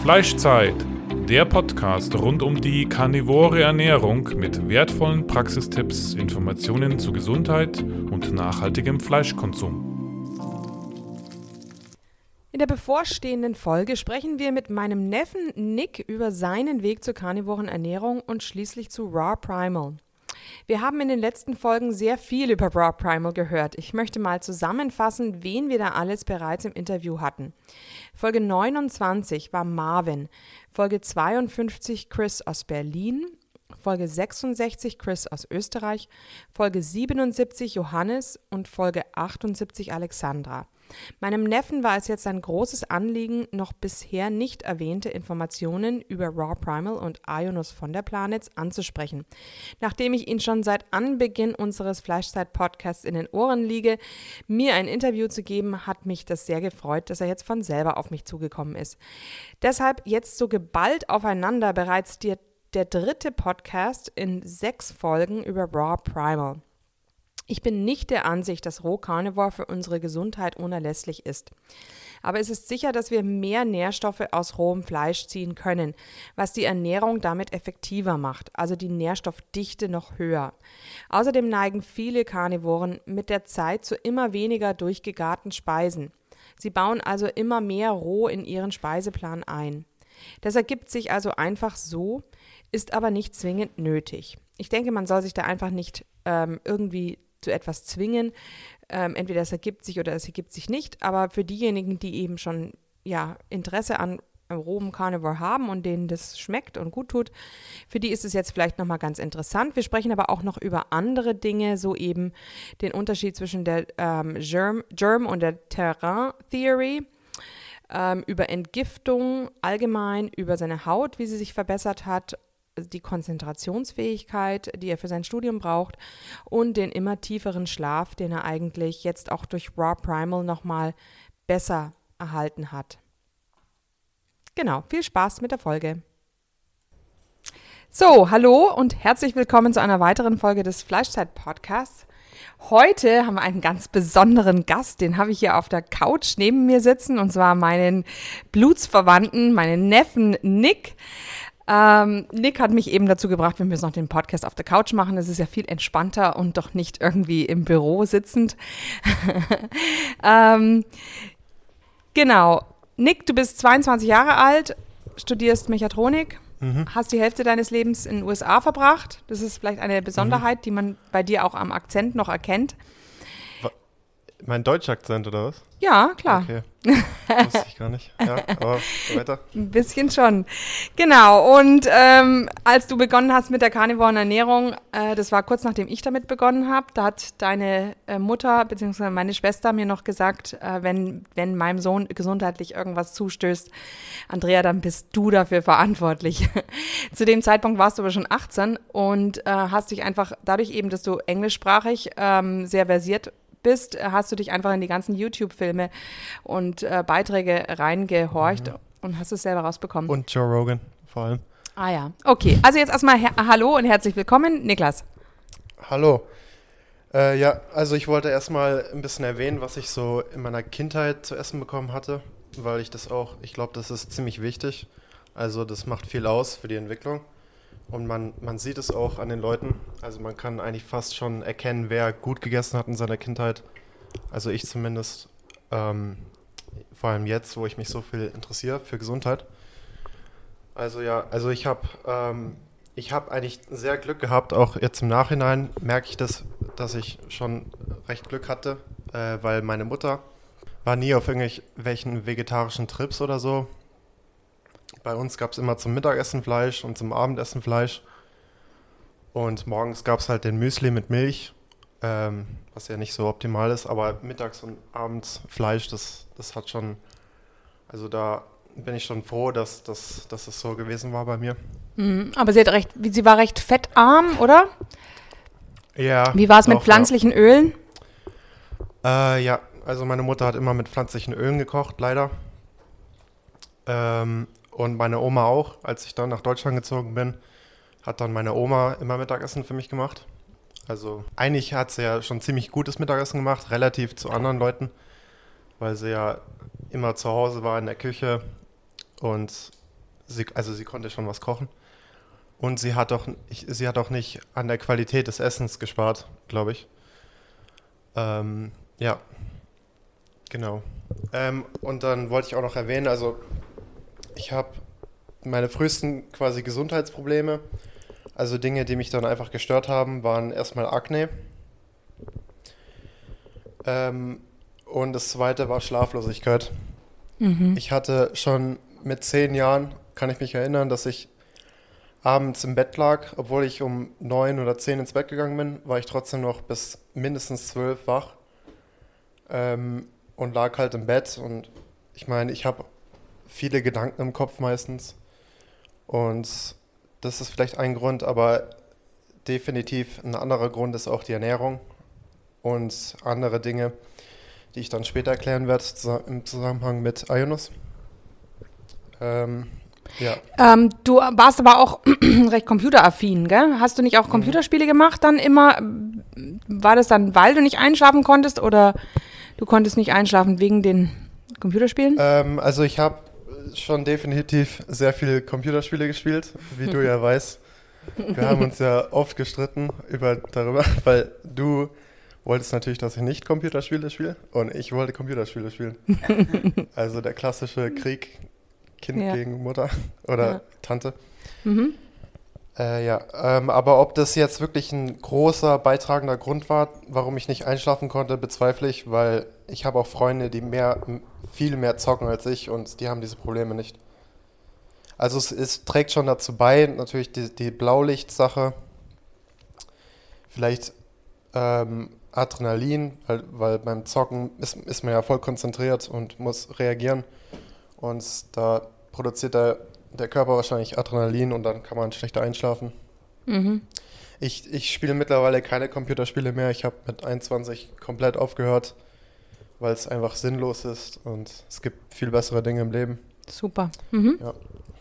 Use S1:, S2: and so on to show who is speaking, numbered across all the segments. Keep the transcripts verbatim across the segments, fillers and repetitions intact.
S1: Fleischzeit, der Podcast rund um die karnivore Ernährung mit wertvollen Praxistipps, Informationen zu Gesundheit und nachhaltigem Fleischkonsum.
S2: In der bevorstehenden Folge sprechen wir mit meinem Neffen Nick über seinen Weg zur karnivoren Ernährung und schließlich zu Raw Primal. Wir haben in den letzten Folgen sehr viel über Raw Primal gehört. Ich möchte mal zusammenfassen, wen wir da alles bereits im Interview hatten. Folge neunundzwanzig war Marvin, Folge zweiundfünfzig Chris aus Berlin, Folge sechsundsechzig Chris aus Österreich, Folge siebenundsiebzig Johannes und Folge achtundsiebzig Alexandra. Meinem Neffen war es jetzt ein großes Anliegen, noch bisher nicht erwähnte Informationen über Raw Primal und Ionos von der Planitz anzusprechen. Nachdem ich ihn schon seit Anbeginn unseres Fleischzeit-Podcasts in den Ohren liege, mir ein Interview zu geben, hat mich das sehr gefreut, dass er jetzt von selber auf mich zugekommen ist. Deshalb jetzt so geballt aufeinander bereits die, der dritte Podcast in sechs Folgen über Raw Primal. Ich bin nicht der Ansicht, dass Roh Carnivore für unsere Gesundheit unerlässlich ist. Aber es ist sicher, dass wir mehr Nährstoffe aus rohem Fleisch ziehen können, was die Ernährung damit effektiver macht, also die Nährstoffdichte noch höher. Außerdem neigen viele Karnivoren mit der Zeit zu immer weniger durchgegarten Speisen. Sie bauen also immer mehr roh in ihren Speiseplan ein. Das ergibt sich also einfach so, ist aber nicht zwingend nötig. Ich denke, man soll sich da einfach nicht ähm, irgendwie zu etwas zwingen. Ähm, entweder es ergibt sich oder es ergibt sich nicht. Aber für diejenigen, die eben schon ja, Interesse an rohem Carnivore haben und denen das schmeckt und gut tut, für die ist es jetzt vielleicht nochmal ganz interessant. Wir sprechen aber auch noch über andere Dinge, so eben den Unterschied zwischen der ähm, Germ, Germ und der Terrain Theory, ähm, über Entgiftung allgemein, über seine Haut, wie sie sich verbessert hat, die Konzentrationsfähigkeit, die er für sein Studium braucht und den immer tieferen Schlaf, den er eigentlich jetzt auch durch Raw Primal nochmal besser erhalten hat. Genau, viel Spaß mit der Folge. So, hallo und herzlich willkommen zu einer weiteren Folge des Fleischzeit-Podcasts. Heute haben wir einen ganz besonderen Gast, den habe ich hier auf der Couch neben mir sitzen, und zwar meinen Blutsverwandten, meinen Neffen Nick. Ähm, Nick hat mich eben dazu gebracht, wir müssen noch den Podcast auf der Couch machen. Das ist ja viel entspannter und doch nicht irgendwie im Büro sitzend. ähm, genau. Nick, du bist zweiundzwanzig Jahre alt, studierst Mechatronik, mhm. hast die Hälfte deines Lebens in den U S A verbracht. Das ist vielleicht eine Besonderheit, mhm. die man bei dir auch am Akzent noch erkennt.
S3: Mein deutscher Akzent, oder was?
S2: Ja, klar.
S3: Okay. Wusste ich gar nicht. Ja, aber weiter.
S2: Ein bisschen schon. Genau. Und ähm, als du begonnen hast mit der karnivoren Ernährung, äh, das war kurz nachdem ich damit begonnen habe, da hat deine äh, Mutter bzw. meine Schwester mir noch gesagt, äh, wenn, wenn meinem Sohn gesundheitlich irgendwas zustößt, Andrea, dann bist du dafür verantwortlich. Zu dem Zeitpunkt warst du aber schon achtzehn und äh, hast dich einfach dadurch eben, dass du englischsprachig ähm, sehr versiert bist, hast du dich einfach in die ganzen YouTube-Filme und äh, Beiträge reingehorcht mhm. und hast es selber rausbekommen.
S3: Und Joe Rogan vor allem.
S2: Ah ja, okay. Also jetzt erstmal her- hallo und herzlich willkommen, Niklas.
S3: Hallo. Äh, ja, also ich wollte erstmal ein bisschen erwähnen, was ich so in meiner Kindheit zu essen bekommen hatte, weil ich das auch, ich glaube, das ist ziemlich wichtig. Also das macht viel aus für die Entwicklung. Und man, man sieht es auch an den Leuten, also man kann eigentlich fast schon erkennen, wer gut gegessen hat in seiner Kindheit. Also ich zumindest, ähm, vor allem jetzt, wo ich mich so viel interessiere für Gesundheit. Also ja, also ich habe ähm, ich habe eigentlich sehr Glück gehabt, auch jetzt im Nachhinein merke ich das, dass ich schon recht Glück hatte, äh, weil meine Mutter war nie auf irgendwelchen vegetarischen Trips oder so. Bei uns gab es immer zum Mittagessen Fleisch und zum Abendessen Fleisch. Und morgens gab es halt den Müsli mit Milch, ähm, was ja nicht so optimal ist. Aber mittags und abends Fleisch, das, das hat schon, also da bin ich schon froh, dass, dass, dass das so gewesen war bei mir.
S2: Mhm, aber sie, hat recht, sie war recht fettarm, oder?
S3: Ja.
S2: Wie war es mit pflanzlichen
S3: ja.
S2: Ölen?
S3: Äh, ja, also meine Mutter hat immer mit pflanzlichen Ölen gekocht, leider. Ähm, Und meine Oma auch, als ich dann nach Deutschland gezogen bin, hat dann meine Oma immer Mittagessen für mich gemacht. Also eigentlich hat sie ja schon ziemlich gutes Mittagessen gemacht, relativ zu anderen Leuten, weil sie ja immer zu Hause war in der Küche und sie, also sie konnte schon was kochen. Und sie hat auch, sie hat auch nicht an der Qualität des Essens gespart, glaube ich. Ähm, ja, genau. Ähm, und dann wollte ich auch noch erwähnen, also ich habe meine frühesten quasi Gesundheitsprobleme, also Dinge, die mich dann einfach gestört haben, waren erstmal Akne. Ähm, und das zweite war Schlaflosigkeit.
S2: Mhm.
S3: Ich hatte schon mit zehn Jahren, kann ich mich erinnern, dass ich abends im Bett lag, obwohl ich um neun oder zehn ins Bett gegangen bin, war ich trotzdem noch bis mindestens zwölf wach ähm, und lag halt im Bett. Und ich meine, ich habe viele Gedanken im Kopf meistens und das ist vielleicht ein Grund, aber definitiv ein anderer Grund ist auch die Ernährung und andere Dinge, die ich dann später erklären werde im Zusammenhang mit Ionus. Ähm, ja.
S2: Ähm, du warst aber auch recht computeraffin, gell? Hast du nicht auch Computerspiele gemacht dann immer? War das dann, weil du nicht einschlafen konntest oder du konntest nicht einschlafen wegen den Computerspielen?
S3: Ähm, also ich habe schon definitiv sehr viele Computerspiele gespielt, wie du ja weißt. Wir haben uns ja oft gestritten über, darüber, weil du wolltest natürlich, dass ich nicht Computerspiele spiele und ich wollte Computerspiele spielen. Also der klassische Krieg, Kind
S2: Ja.
S3: gegen Mutter oder
S2: Ja.
S3: Tante.
S2: Mhm.
S3: Äh, ja, ähm, aber ob das jetzt wirklich ein großer, beitragender Grund war, warum ich nicht einschlafen konnte, bezweifle ich, weil ich habe auch Freunde, die mehr, m- viel mehr zocken als ich und die haben diese Probleme nicht. Also es, es trägt schon dazu bei, natürlich die, die Blaulichtsache, vielleicht ähm, Adrenalin, weil, weil beim Zocken ist, ist man ja voll konzentriert und muss reagieren und da produziert der, der Körper wahrscheinlich Adrenalin und dann kann man schlechter einschlafen.
S2: Mhm.
S3: Ich, ich spiele mittlerweile keine Computerspiele mehr. Ich habe mit einundzwanzig komplett aufgehört, weil es einfach sinnlos ist und es gibt viel bessere Dinge im Leben.
S2: Super. Mhm.
S3: Ja,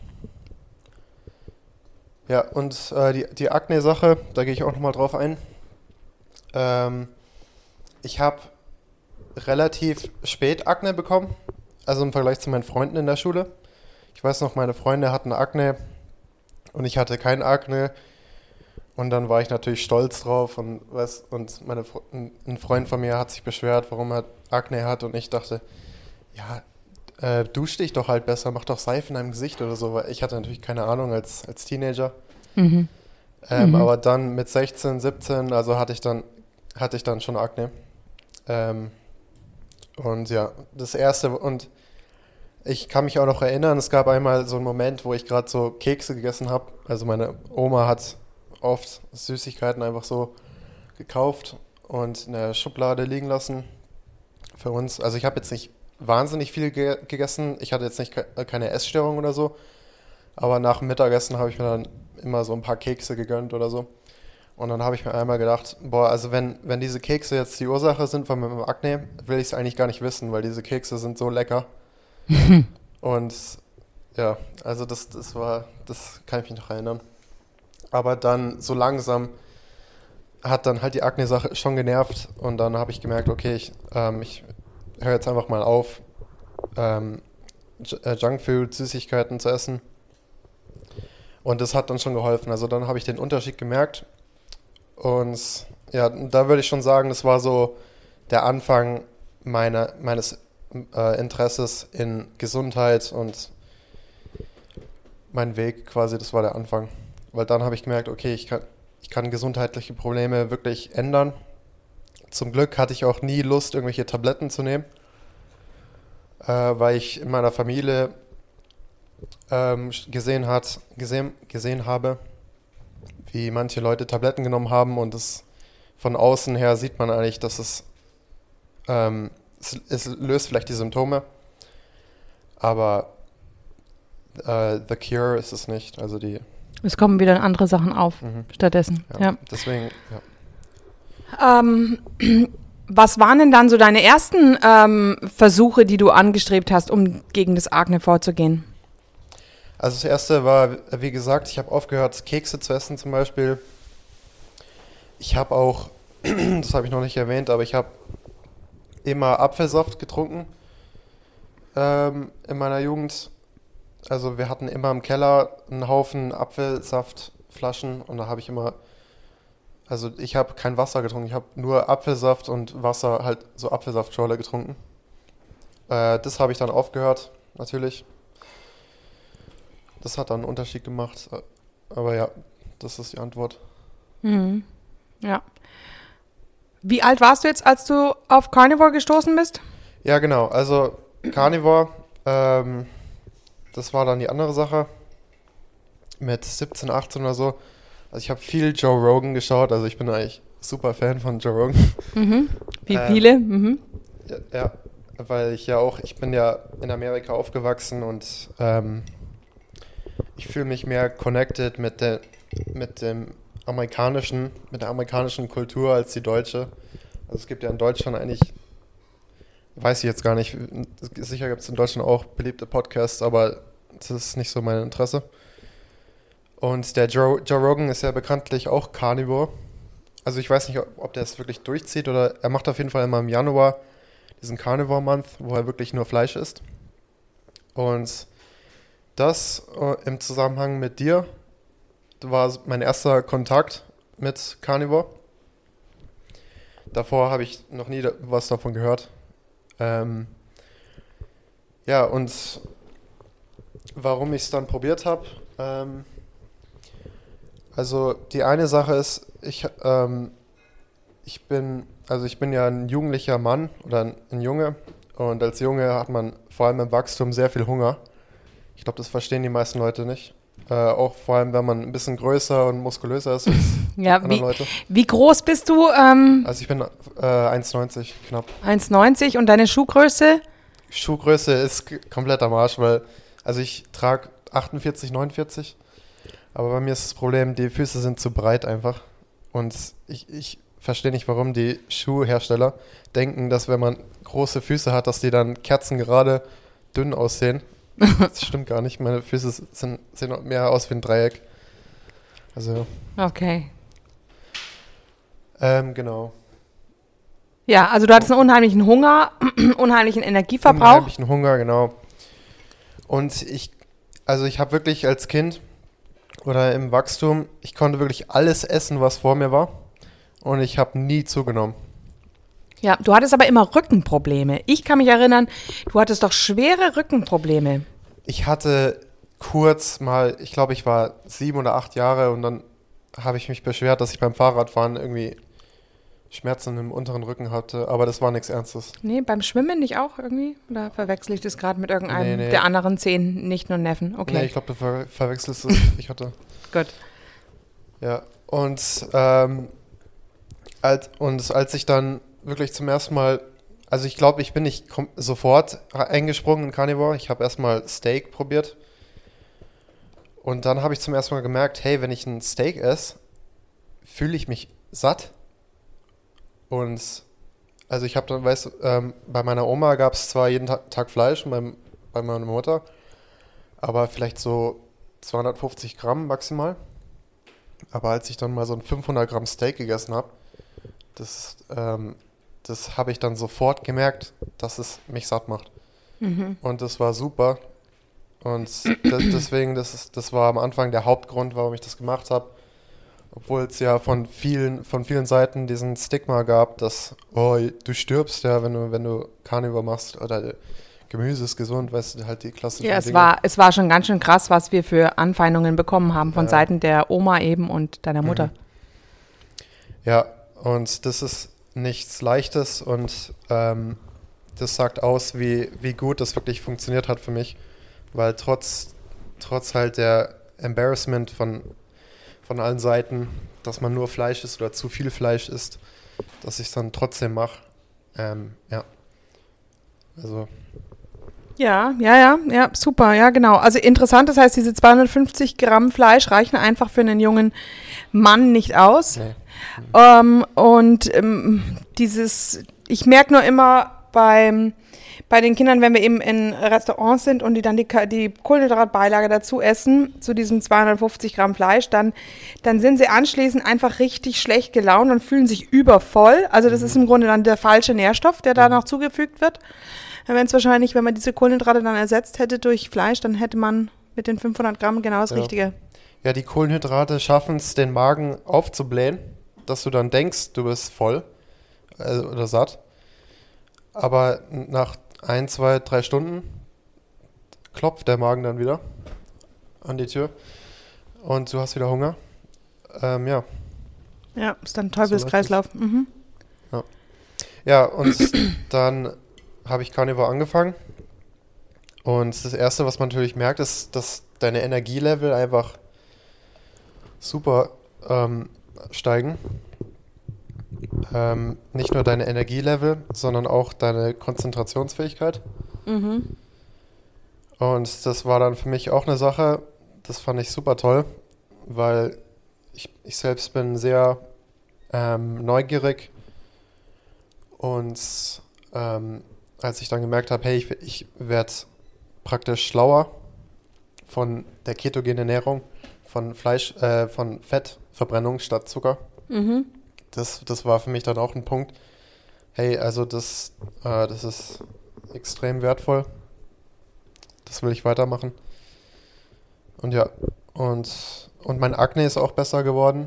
S3: ja und äh, die, die Akne-Sache, da gehe ich auch nochmal drauf ein. Ähm, ich habe relativ spät Akne bekommen, also im Vergleich zu meinen Freunden in der Schule. Ich weiß noch, meine Freunde hatten Akne und ich hatte kein Akne. Und dann war ich natürlich stolz drauf und, was, und meine, Fre- ein ein Freund von mir hat sich beschwert, warum er Akne hat und ich dachte, ja, äh, dusch dich doch halt besser, mach doch Seife in deinem Gesicht oder so, weil ich hatte natürlich keine Ahnung als, als Teenager.
S2: Mhm.
S3: Ähm,
S2: Mhm.
S3: Aber dann mit sechzehn, siebzehn, also hatte ich dann, hatte ich dann schon Akne. Ähm, und ja, das erste, und ich kann mich auch noch erinnern, es gab einmal so einen Moment, wo ich gerade so Kekse gegessen habe. Also meine Oma hat oft Süßigkeiten einfach so gekauft und in der Schublade liegen lassen für uns. Also ich habe jetzt nicht wahnsinnig viel ge gegessen. Ich hatte jetzt nicht ke keine Essstörung oder so. Aber nach dem Mittagessen habe ich mir dann immer so ein paar Kekse gegönnt oder so. Und dann habe ich mir einmal gedacht, boah, also wenn, wenn diese Kekse jetzt die Ursache sind von meinem Akne, will ich es eigentlich gar nicht wissen, weil diese Kekse sind so lecker. Und ja, also das, das war, das kann ich mich noch erinnern. Aber dann so langsam hat dann halt die Akne-Sache schon genervt und dann habe ich gemerkt, okay, ich, ähm, ich höre jetzt einfach mal auf, ähm, J- äh, Junkfood, Süßigkeiten zu essen. Und das hat dann schon geholfen. Also dann habe ich den Unterschied gemerkt. Und ja, da würde ich schon sagen, das war so der Anfang meiner, meines äh, Interesses in Gesundheit und mein Weg quasi, das war der Anfang. Weil dann habe ich gemerkt, okay, ich kann, ich kann gesundheitliche Probleme wirklich ändern. Zum Glück hatte ich auch nie Lust, irgendwelche Tabletten zu nehmen, äh, weil ich in meiner Familie ähm, gesehen, hat, gesehen, gesehen habe, wie manche Leute Tabletten genommen haben und es von außen her sieht man eigentlich, dass es, ähm, es, es löst vielleicht die Symptome, aber äh, the cure ist es nicht. Also die,
S2: Es kommen wieder andere Sachen auf
S3: mhm,
S2: stattdessen.
S3: ja,
S2: Ja.
S3: deswegen, ja.
S2: Ähm, was waren denn dann so deine ersten ähm, Versuche, die du angestrebt hast, um gegen das Akne vorzugehen?
S3: Also das erste war, wie gesagt, ich habe aufgehört, Kekse zu essen zum Beispiel. Ich habe auch, das habe ich noch nicht erwähnt, aber ich habe immer Apfelsaft getrunken ähm, in meiner Jugend. Also wir hatten immer im Keller einen Haufen Apfelsaftflaschen und da habe ich immer, also ich habe kein Wasser getrunken, ich habe nur Apfelsaft und Wasser, halt so Apfelsaftschorle getrunken. Äh, das habe ich dann aufgehört, natürlich. Das hat dann einen Unterschied gemacht, aber ja, das ist die Antwort.
S2: Mhm. Ja. Wie alt warst du jetzt, als du auf Carnivore gestoßen bist?
S3: Ja, genau, also Carnivore, ähm, das war dann die andere Sache mit siebzehn, achtzehn oder so. Also ich habe viel Joe Rogan geschaut, also ich bin eigentlich super Fan von Joe Rogan.
S2: Mhm. Wie
S3: Ähm,
S2: viele? Mhm.
S3: Ja, ja, weil ich ja auch, ich bin ja in Amerika aufgewachsen und ähm, ich fühle mich mehr connected mit der, mit dem amerikanischen, mit der amerikanischen Kultur als die deutsche. Also es gibt ja in Deutschland eigentlich, weiß ich jetzt gar nicht, sicher gibt es in Deutschland auch beliebte Podcasts, aber das ist nicht so mein Interesse. Und der Joe, Joe Rogan ist ja bekanntlich auch Carnivore. Also ich weiß nicht, ob, ob der es wirklich durchzieht oder er macht auf jeden Fall immer im Januar diesen Carnivore Month, wo er wirklich nur Fleisch isst. Und das äh, im Zusammenhang mit dir war mein erster Kontakt mit Carnivore. Davor habe ich noch nie da, was davon gehört. Ähm, ja, und warum ich es dann probiert habe, ähm, also die eine Sache ist, ich, ähm, ich bin, also ich bin ja ein jugendlicher Mann oder ein, ein Junge und als Junge hat man vor allem im Wachstum sehr viel Hunger. Ich glaube, das verstehen die meisten Leute nicht. Äh, auch vor allem, wenn man ein bisschen größer und muskulöser ist als
S2: Ja,
S3: andere
S2: wie,
S3: Leute.
S2: wie groß bist du? Ähm,
S3: Also ich bin äh, eins neunzig knapp.
S2: eins neunzig und deine Schuhgröße?
S3: Schuhgröße ist k- komplett am Arsch, weil also ich trage achtundvierzig, neunundvierzig, aber bei mir ist das Problem, die Füße sind zu breit einfach und ich, ich verstehe nicht, warum die Schuhhersteller denken, dass wenn man große Füße hat, dass die dann kerzengerade dünn aussehen. Das stimmt gar nicht, meine Füße sind, sehen mehr aus wie ein Dreieck. Also,
S2: Okay.
S3: ähm, genau.
S2: Ja, also du hattest einen unheimlichen Hunger, unheimlichen Energieverbrauch.
S3: Unheimlichen Hunger, genau. Und ich, also ich habe wirklich als Kind oder im Wachstum, ich konnte wirklich alles essen, was vor mir war. Und ich habe nie zugenommen.
S2: Ja, du hattest aber immer Rückenprobleme. Ich kann mich erinnern, du hattest doch schwere Rückenprobleme.
S3: Ich hatte kurz mal, ich glaube, ich war sieben oder acht Jahre und dann habe ich mich beschwert, dass ich beim Fahrradfahren irgendwie Schmerzen im unteren Rücken hatte, aber das war nichts Ernstes.
S2: Nee, beim Schwimmen nicht auch irgendwie? Oder verwechsel ich das gerade mit irgendeinem
S3: Nee, nee.
S2: der anderen zehn Nichten und Neffen? Okay,
S3: Nee, ich glaube, du ver verwechselst es. Ich hatte.
S2: gut.
S3: Ja, und, ähm, als, und als ich dann wirklich zum ersten Mal, also ich glaube, ich bin nicht sofort eingesprungen in Carnivore. Ich habe erstmal Steak probiert. Und dann habe ich zum ersten Mal gemerkt, hey, wenn ich ein Steak esse, fühle ich mich satt. Und also ich habe dann, weißt du, ähm, bei meiner Oma gab es zwar jeden Ta Tag Fleisch, beim, bei meiner Mutter, aber vielleicht so zweihundertfünfzig Gramm maximal. Aber als ich dann mal so ein fünfhundert Gramm Steak gegessen habe, das, ähm, das habe ich dann sofort gemerkt, dass es mich satt macht.
S2: Mhm.
S3: Und das war super. Und das, deswegen, das, ist, das war am Anfang der Hauptgrund, warum ich das gemacht habe. Obwohl es ja von vielen, von vielen Seiten diesen Stigma gab, dass oh, du stirbst ja, wenn du, wenn du Carnivore machst oder Gemüse ist gesund, weißt du, halt die klassischen
S2: Ja, es
S3: Dinge.
S2: war, es war schon ganz schön krass, was wir für Anfeindungen bekommen haben von
S3: Ja.
S2: Seiten der Oma eben und deiner Mutter.
S3: Mhm. Ja, und das ist nichts Leichtes und ähm, das sagt aus, wie, wie gut das wirklich funktioniert hat für mich, weil trotz, trotz halt der Embarrassment von, von allen Seiten, dass man nur Fleisch isst oder zu viel Fleisch isst, dass ich es dann trotzdem mache. Ähm, ja, also
S2: Ja, ja, ja, ja, super, ja, genau. Also interessant, das heißt, diese zweihundertfünfzig Gramm Fleisch reichen einfach für einen jungen Mann nicht aus.
S3: nee.
S2: Ähm, und ähm, dieses, ich merke nur immer beim, bei den Kindern, wenn wir eben in Restaurants sind und die dann die, Ka- die Kohlenhydratbeilage dazu essen, zu diesem zweihundertfünfzig Gramm Fleisch, dann, dann sind sie anschließend einfach richtig schlecht gelaunt und fühlen sich übervoll. Also das ist im Grunde dann der falsche Nährstoff, der da noch zugefügt wird. Wenn es wahrscheinlich, wenn man diese Kohlenhydrate dann ersetzt hätte durch Fleisch, dann hätte man mit den fünfhundert Gramm genau das
S3: Ja.
S2: Richtige.
S3: Ja, die Kohlenhydrate schaffen es, den Magen aufzublähen, dass du dann denkst, du bist voll äh, oder satt. Aber nach ein, zwei, drei Stunden klopft der Magen dann wieder an die Tür und du hast wieder Hunger. Ähm, ja.
S2: Ja, ist dann ein Teufelskreislauf. Mhm.
S3: Ja, und dann habe ich Carnivore angefangen. Und das Erste, was man natürlich merkt, ist, dass deine Energielevel einfach super ähm, steigen. Ähm, nicht nur deine Energielevel, sondern auch deine Konzentrationsfähigkeit.
S2: Mhm.
S3: Und das war dann für mich auch eine Sache, das fand ich super toll, weil ich, ich selbst bin sehr ähm, neugierig. Und ähm, als ich dann gemerkt habe, hey, ich, ich werde praktisch schlauer von der ketogenen Ernährung, von Fleisch, äh, von Fettverbrennung statt Zucker.
S2: Mhm.
S3: Das, das war für mich dann auch ein Punkt. Hey, also das, äh, das ist extrem wertvoll. Das will ich weitermachen. Und ja, und, und mein Akne ist auch besser geworden.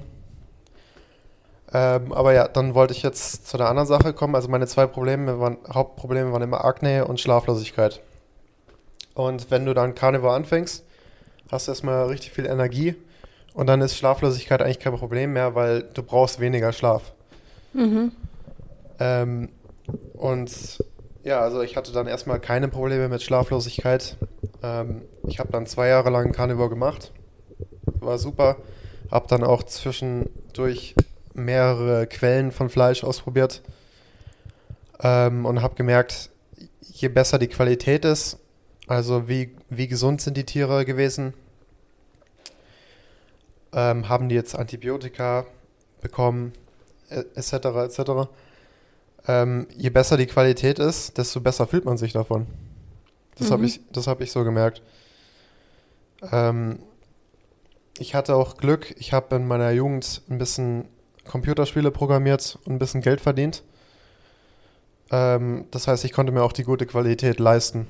S3: Ähm, aber ja, dann wollte ich jetzt zu der anderen Sache kommen. Also meine zwei Probleme waren, Hauptprobleme waren immer Akne und Schlaflosigkeit. Und wenn du dann Carnivore anfängst, hast du erstmal richtig viel Energie und dann ist Schlaflosigkeit eigentlich kein Problem mehr, weil du brauchst weniger Schlaf.
S2: Mhm.
S3: Ähm, und ja, also ich hatte dann erstmal keine Probleme mit Schlaflosigkeit. Ähm, ich habe dann zwei Jahre lang Carnivore gemacht. War super. Hab dann auch zwischendurch mehrere Quellen von Fleisch ausprobiert. Ähm, und habe gemerkt, je besser die Qualität ist, also wie, wie gesund sind die Tiere gewesen, ähm, haben die jetzt Antibiotika bekommen, et cetera et cetera. Ähm, je besser die Qualität ist, desto besser fühlt man sich davon. Das
S2: Mhm.
S3: habe ich, das hab ich so gemerkt. Ähm, ich hatte auch Glück, ich habe in meiner Jugend ein bisschen Computerspiele programmiert und ein bisschen Geld verdient. Ähm, das heißt, ich konnte mir auch die gute Qualität leisten.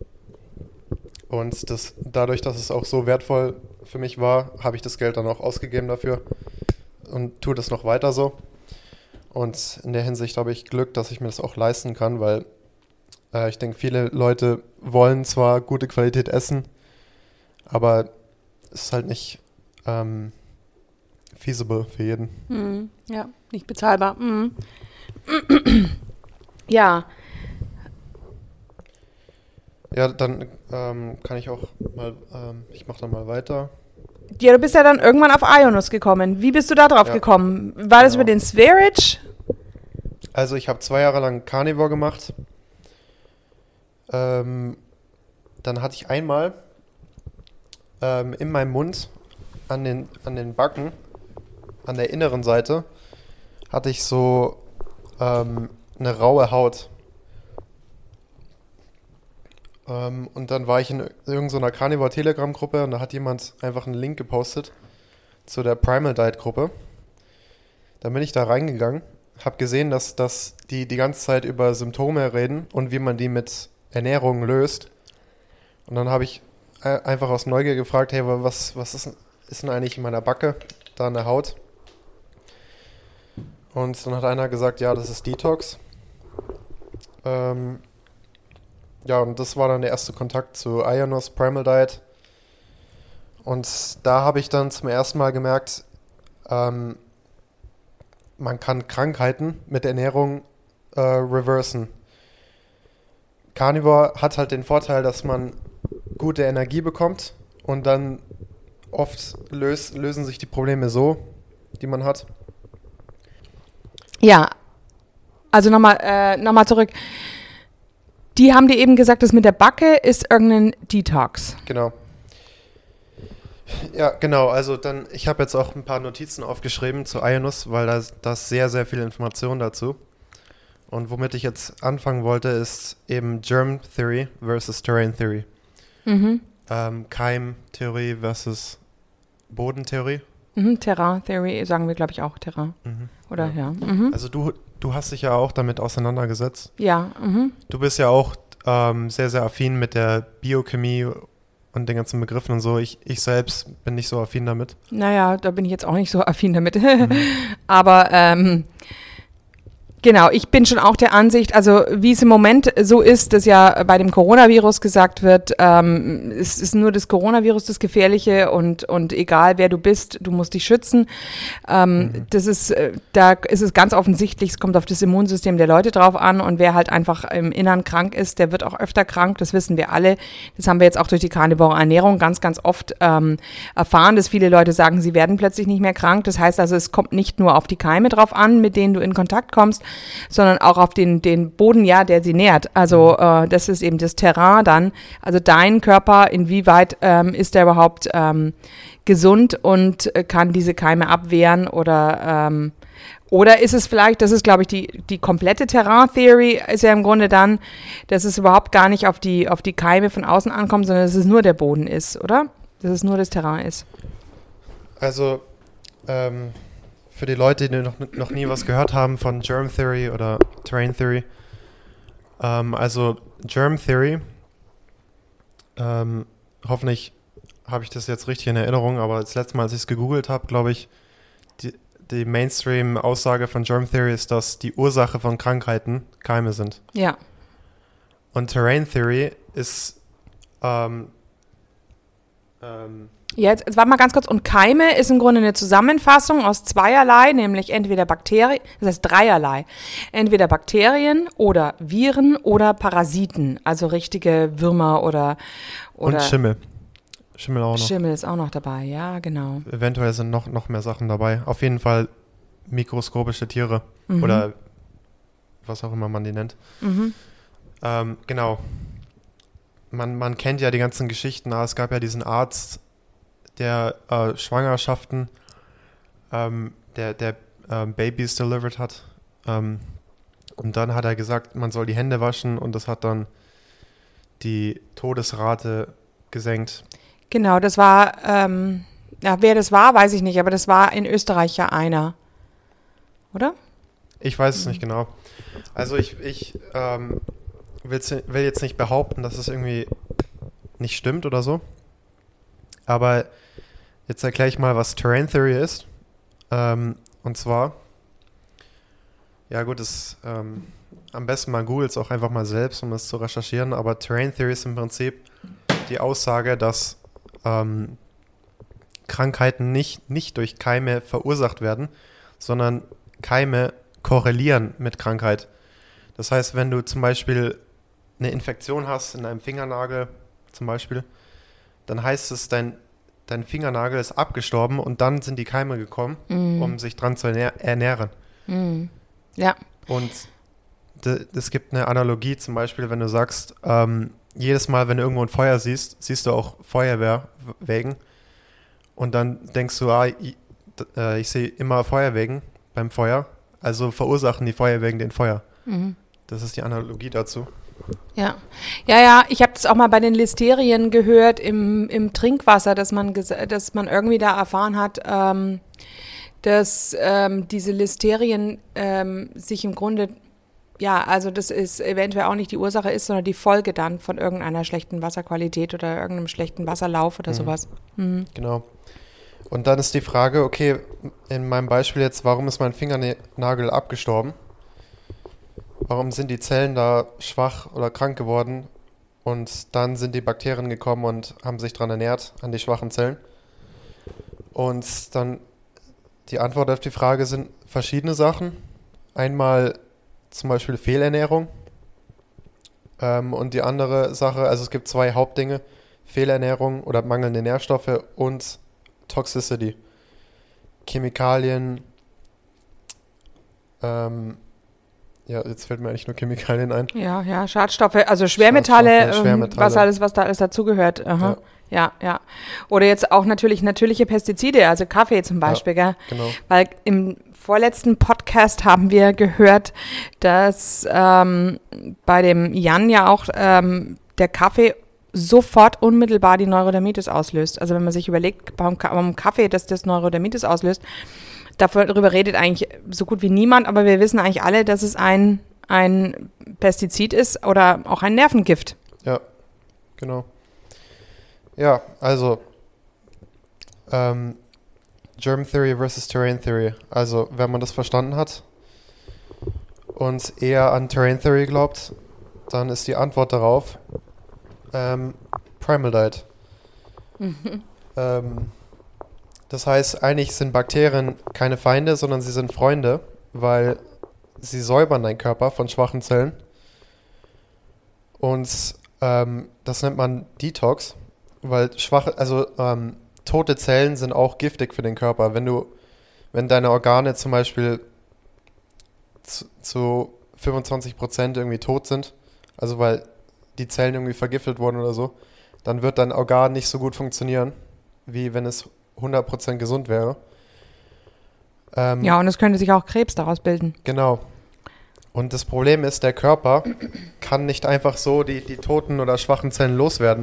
S3: Und das, dadurch, dass es auch so wertvoll für mich war, habe ich das Geld dann auch ausgegeben dafür und tue das noch weiter so. Und in der Hinsicht habe ich Glück, dass ich mir das auch leisten kann, weil äh, ich denke, viele Leute wollen zwar gute Qualität essen, aber es ist halt nicht ähm, feasible für jeden.
S2: Mhm. Ja, nicht bezahlbar. Mhm. Ja.
S3: Ja, dann ähm, kann ich auch mal, ähm, ich mache dann mal weiter.
S2: Ja, du bist ja dann irgendwann auf Ionus gekommen. Wie bist du da drauf
S3: Ja.
S2: gekommen? War das
S3: Genau.
S2: über den Sverage?
S3: Also ich habe zwei Jahre lang Carnivore gemacht. Ähm, dann hatte ich einmal ähm, in meinem Mund an den, an den Backen, an der inneren Seite, hatte ich so ähm, eine raue Haut. Ähm, und dann war ich in irgendeiner Carnivore-Telegram-Gruppe und da hat jemand einfach einen Link gepostet zu der Primal Diet-Gruppe. Dann bin ich da reingegangen, habe gesehen, dass, dass die die ganze Zeit über Symptome reden und wie man die mit Ernährung löst. Und dann habe ich äh, einfach aus Neugier gefragt, hey, was, was ist, ist denn eigentlich in meiner Backe, da an der Haut? Und dann hat einer gesagt, ja, das ist Detox. Ähm, ja, und das war dann der erste Kontakt zu Ionus Primal Diet. Und da habe ich dann zum ersten Mal gemerkt, ähm, man kann Krankheiten mit Ernährung äh, reversen. Carnivore hat halt den Vorteil, dass man gute Energie bekommt und dann oft lös, lösen sich die Probleme so, die man hat.
S2: Ja. Also nochmal äh, noch mal zurück. Die haben dir eben gesagt, das mit der Backe ist irgendein Detox.
S3: Genau. Ja, genau. Also dann, ich habe jetzt auch ein paar Notizen aufgeschrieben zu Ionus, weil da da ist sehr, sehr viel Information dazu. Und womit ich jetzt anfangen wollte, ist eben Germ Theory versus Terrain Theory.
S2: Mhm.
S3: Ähm, Keimtheorie versus Bodentheorie.
S2: Mhm. Terrain Theory sagen wir, glaube ich, auch Terrain.
S3: Mhm.
S2: Oder
S3: Ja.
S2: ja. Mhm.
S3: Also du, du hast dich ja auch damit auseinandergesetzt.
S2: Ja. Mhm.
S3: Du bist ja auch ähm, sehr, sehr affin mit der Biochemie und den ganzen Begriffen und so. Ich, ich selbst bin nicht so affin damit.
S2: Naja, da bin ich jetzt auch nicht so affin damit.
S3: Mhm.
S2: Aber ähm, genau, ich bin schon auch der Ansicht, also wie es im Moment so ist, dass ja bei dem Coronavirus gesagt wird, ähm, es ist nur das Coronavirus das Gefährliche und, und egal wer du bist, du musst dich schützen. Ähm, mhm. Das ist, da ist es ganz offensichtlich, es kommt auf das Immunsystem der Leute drauf an und wer halt einfach im Innern krank ist, der wird auch öfter krank, das wissen wir alle. Das haben wir jetzt auch durch die karnivore Ernährung ganz, ganz oft ähm, erfahren, dass viele Leute sagen, sie werden plötzlich nicht mehr krank. Das heißt also, es kommt nicht nur auf die Keime drauf an, mit denen du in Kontakt kommst, sondern auch auf den, den Boden, ja, der sie nährt. Also äh, das ist eben das Terrain dann. Also dein Körper, inwieweit ähm, ist der überhaupt ähm, gesund und äh, kann diese Keime abwehren oder ähm, oder ist es vielleicht, das ist glaube ich die, die komplette Terrain-Theory, ist ja im Grunde dann, dass es überhaupt gar nicht auf die, auf die Keime von außen ankommt, sondern dass es nur der Boden ist, oder? Dass es nur das Terrain ist.
S3: Also, ähm, für die Leute, die noch, noch nie was gehört haben von Germ Theory oder Terrain Theory. Ähm, also Germ Theory, ähm, hoffentlich habe ich das jetzt richtig in Erinnerung, aber das letzte Mal, als ich es gegoogelt habe, glaube ich, die, die Mainstream-Aussage von Germ Theory ist, dass die Ursache von Krankheiten Keime sind.
S2: Ja.
S3: Und Terrain Theory ist ähm, ähm,
S2: Ja, jetzt, jetzt warte mal ganz kurz. Und Keime ist im Grunde eine Zusammenfassung aus zweierlei, nämlich entweder Bakterien, das heißt dreierlei. Entweder Bakterien oder Viren oder Parasiten, also richtige Würmer oder, oder
S3: und Schimmel. Schimmel auch noch.
S2: Schimmel ist auch noch dabei, ja, genau.
S3: Eventuell sind noch, noch mehr Sachen dabei. Auf jeden Fall mikroskopische Tiere
S2: Mhm.
S3: oder was auch immer man die nennt.
S2: Mhm.
S3: Ähm, genau. Man, man kennt ja die ganzen Geschichten. Ah, es gab ja diesen Arzt, der äh, Schwangerschaften, ähm, der, der ähm, Babys delivered hat. Ähm, und dann hat er gesagt, man soll die Hände waschen und das hat dann die Todesrate gesenkt.
S2: Genau, das war, ähm, ja, wer das war, weiß ich nicht, aber das war in Österreich ja einer, oder?
S3: Ich weiß es nicht genau. Also ich, ich ähm, will jetzt nicht behaupten, dass es irgendwie nicht stimmt oder so. Aber jetzt erkläre ich mal, was Terrain Theory ist. Ähm, und zwar, ja gut, das, ähm, am besten man googelt es auch einfach mal selbst, um es zu recherchieren. Aber Terrain Theory ist im Prinzip die Aussage, dass ähm, Krankheiten nicht, nicht durch Keime verursacht werden, sondern Keime korrelieren mit Krankheit. Das heißt, wenn du zum Beispiel eine Infektion hast in einem Fingernagel zum Beispiel, dann heißt es, dein, dein Fingernagel ist abgestorben und dann sind die Keime gekommen, mm. um sich dran zu ernähr- ernähren.
S2: Mm. Ja.
S3: Und es gibt eine Analogie zum Beispiel, wenn du sagst, ähm, jedes Mal, wenn du irgendwo ein Feuer siehst, siehst du auch Feuerwehrwägen und dann denkst du, ah, ich, äh, ich sehe immer Feuerwägen beim Feuer, also verursachen die Feuerwägen den Feuer. Mhm. Das ist die Analogie dazu.
S2: Ja, ja, ja, ich habe das auch mal bei den Listerien gehört im, im Trinkwasser, dass man, ges- dass man irgendwie da erfahren hat, ähm, dass ähm, diese Listerien ähm, sich im Grunde, ja, also das ist eventuell auch nicht die Ursache ist, sondern die Folge dann von irgendeiner schlechten Wasserqualität oder irgendeinem schlechten Wasserlauf oder mhm. sowas. Mhm.
S3: Genau. Und dann ist die Frage, okay, in meinem Beispiel jetzt, warum ist mein Fingernagel abgestorben? Warum sind die Zellen da schwach oder krank geworden? Und dann sind die Bakterien gekommen und haben sich daran ernährt, an die schwachen Zellen. Und dann die Antwort auf die Frage sind verschiedene Sachen. Einmal zum Beispiel Fehlernährung. Ähm, und die andere Sache, also es gibt zwei Hauptdinge. Fehlernährung oder mangelnde Nährstoffe und Toxicity. Chemikalien, ähm, ja, jetzt fällt mir eigentlich nur Chemikalien ein.
S2: Ja, ja, Schadstoffe, also Schwermetalle,
S3: Schadstoffe,
S2: ähm,
S3: Schwermetalle.
S2: was alles, was da alles dazugehört. Aha.
S3: Ja.
S2: Ja, ja. Oder jetzt auch natürlich natürliche Pestizide, also Kaffee zum Beispiel,
S3: Ja,
S2: gell?
S3: genau.
S2: Weil im vorletzten Podcast haben wir gehört, dass ähm, bei dem Jan ja auch ähm, der Kaffee sofort unmittelbar die Neurodermitis auslöst. Also wenn man sich überlegt, beim, Ka- beim Kaffee, dass das Neurodermitis auslöst, darüber redet eigentlich so gut wie niemand, aber wir wissen eigentlich alle, dass es ein, ein Pestizid ist oder auch ein Nervengift.
S3: Ja, genau. Ja, also ähm, Germ Theory versus Terrain Theory. Also, wenn man das verstanden hat und eher an Terrain Theory glaubt, dann ist die Antwort darauf ähm, Primal Diet.
S2: Mhm.
S3: Ähm, das heißt, eigentlich sind Bakterien keine Feinde, sondern sie sind Freunde, weil sie säubern deinen Körper von schwachen Zellen. Und ähm, das nennt man Detox, weil schwache, also ähm, tote Zellen sind auch giftig für den Körper. Wenn du, wenn deine Organe zum Beispiel zu, zu fünfundzwanzig Prozent irgendwie tot sind, also weil die Zellen irgendwie vergiftet wurden oder so, dann wird dein Organ nicht so gut funktionieren, wie wenn es hundert Prozent gesund wäre. Ähm,
S2: Ja, und es könnte sich auch Krebs daraus bilden.
S3: Genau. Und das Problem ist, der Körper kann nicht einfach so die, die toten oder schwachen Zellen loswerden.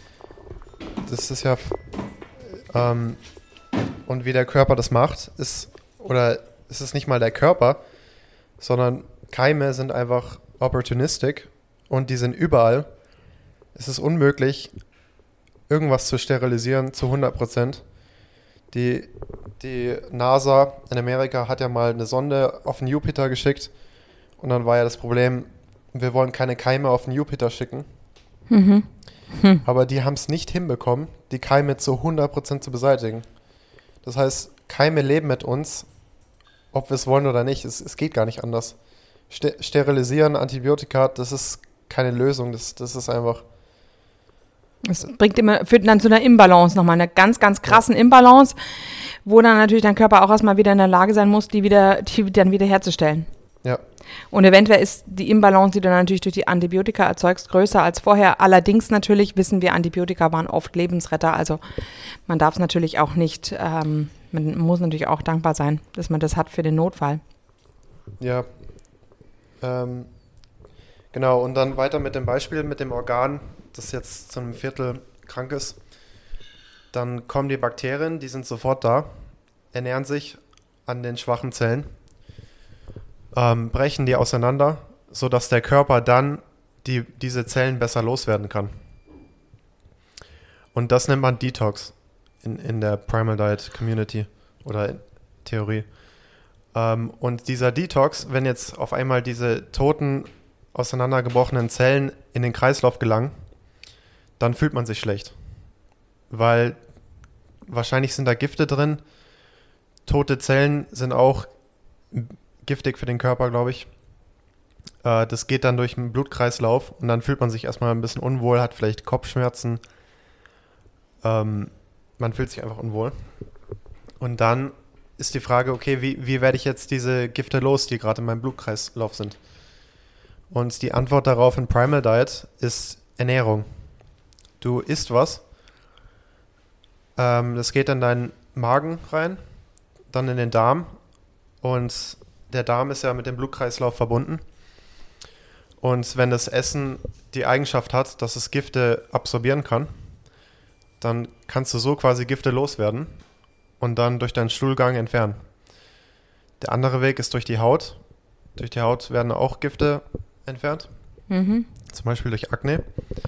S3: Das ist ja... Ähm, und wie der Körper das macht, ist... Oder ist es nicht mal der Körper, sondern Keime sind einfach opportunistic und die sind überall. Es ist unmöglich, irgendwas zu sterilisieren zu hundert Prozent. Die, die NASA in Amerika hat ja mal eine Sonde auf den Jupiter geschickt und dann war ja das Problem, wir wollen keine Keime auf den Jupiter schicken.
S2: Mhm. Hm.
S3: Aber die haben es nicht hinbekommen, die Keime zu hundert Prozent zu beseitigen. Das heißt, Keime leben mit uns, ob wir es wollen oder nicht. Es, es geht gar nicht anders. Ste- sterilisieren, Antibiotika, das ist keine Lösung. Das, das ist einfach...
S2: Es bringt immer, führt dann zu einer Imbalance nochmal, einer ganz, ganz krassen ja. Imbalance, wo dann natürlich dein Körper auch erstmal wieder in der Lage sein muss, die wieder, die dann wieder herzustellen.
S3: Ja.
S2: Und eventuell ist die Imbalance, die du natürlich durch die Antibiotika erzeugst, größer als vorher. Allerdings natürlich wissen wir, Antibiotika waren oft Lebensretter. Also man darf es natürlich auch nicht, ähm, man muss natürlich auch dankbar sein, dass man das hat für den Notfall.
S3: Ja. Ähm, genau, und dann weiter mit dem Beispiel mit dem Organ, das jetzt zu einem Viertel krank ist. Dann kommen die Bakterien, die sind sofort da, ernähren sich an den schwachen Zellen, ähm, brechen die auseinander, sodass der Körper dann die, diese Zellen besser loswerden kann. Und das nennt man Detox in, in der Primal Diet Community oder in Theorie. Ähm, und dieser Detox, wenn jetzt auf einmal diese toten, auseinandergebrochenen Zellen in den Kreislauf gelangen, dann fühlt man sich schlecht. Weil wahrscheinlich sind da Gifte drin. Tote Zellen sind auch giftig für den Körper, glaube ich. Äh, das geht dann durch den Blutkreislauf und dann fühlt man sich erstmal ein bisschen unwohl, hat vielleicht Kopfschmerzen. Ähm, man fühlt sich einfach unwohl. Und dann ist die Frage, okay, wie, wie werde ich jetzt diese Gifte los, die gerade in meinem Blutkreislauf sind? Und die Antwort darauf in Primal Diet ist Ernährung. Du isst was, ähm, das geht in deinen Magen rein, dann in den Darm und der Darm ist ja mit dem Blutkreislauf verbunden. Und wenn das Essen die Eigenschaft hat, dass es Gifte absorbieren kann, dann kannst du so quasi Gifte loswerden und dann durch deinen Stuhlgang entfernen. Der andere Weg ist durch die Haut. Durch die Haut werden auch Gifte entfernt,
S2: Mhm.
S3: zum Beispiel durch Akne.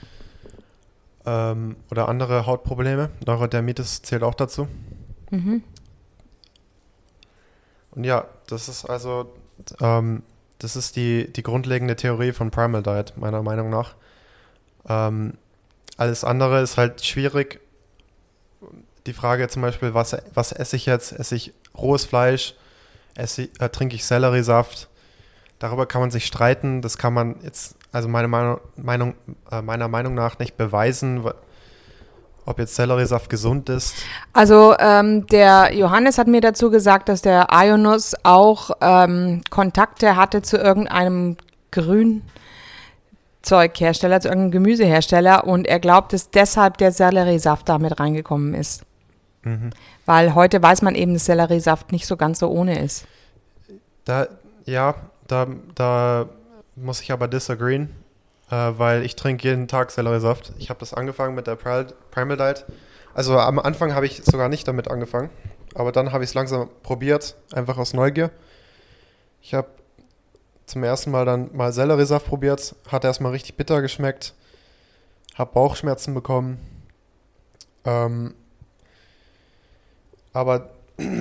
S3: Ähm, oder andere Hautprobleme. Neurodermitis zählt auch dazu.
S2: Mhm.
S3: Und ja, das ist also, ähm, das ist die, die grundlegende Theorie von Primal Diet, meiner Meinung nach. Ähm, alles andere ist halt schwierig. Die Frage zum Beispiel, was, was esse ich jetzt? Esse ich rohes Fleisch? Esse ich, äh, trinke ich Selleriesaft? Darüber kann man sich streiten. Das kann man jetzt, also meine Meinung, Meinung, äh, meiner Meinung nach nicht beweisen, ob jetzt Selleriesaft gesund ist.
S2: Also ähm, der Johannes hat mir dazu gesagt, dass der Ionus auch ähm, Kontakte hatte zu irgendeinem Grünzeughersteller, zu irgendeinem Gemüsehersteller und er glaubt, dass deshalb der Selleriesaft da mit reingekommen ist.
S3: Mhm.
S2: Weil heute weiß man eben, dass Selleriesaft nicht so ganz so ohne ist.
S3: Da, ja, da, da muss ich aber disagreeen, äh, weil ich trinke jeden Tag Selleriesaft. Ich habe das angefangen mit der Pri- Primal Diet. Also am Anfang habe ich sogar nicht damit angefangen, aber dann habe ich es langsam probiert, einfach aus Neugier. Ich habe zum ersten Mal dann mal Selleriesaft probiert. Hat erstmal richtig bitter geschmeckt. Hab Bauchschmerzen bekommen. Ähm, aber,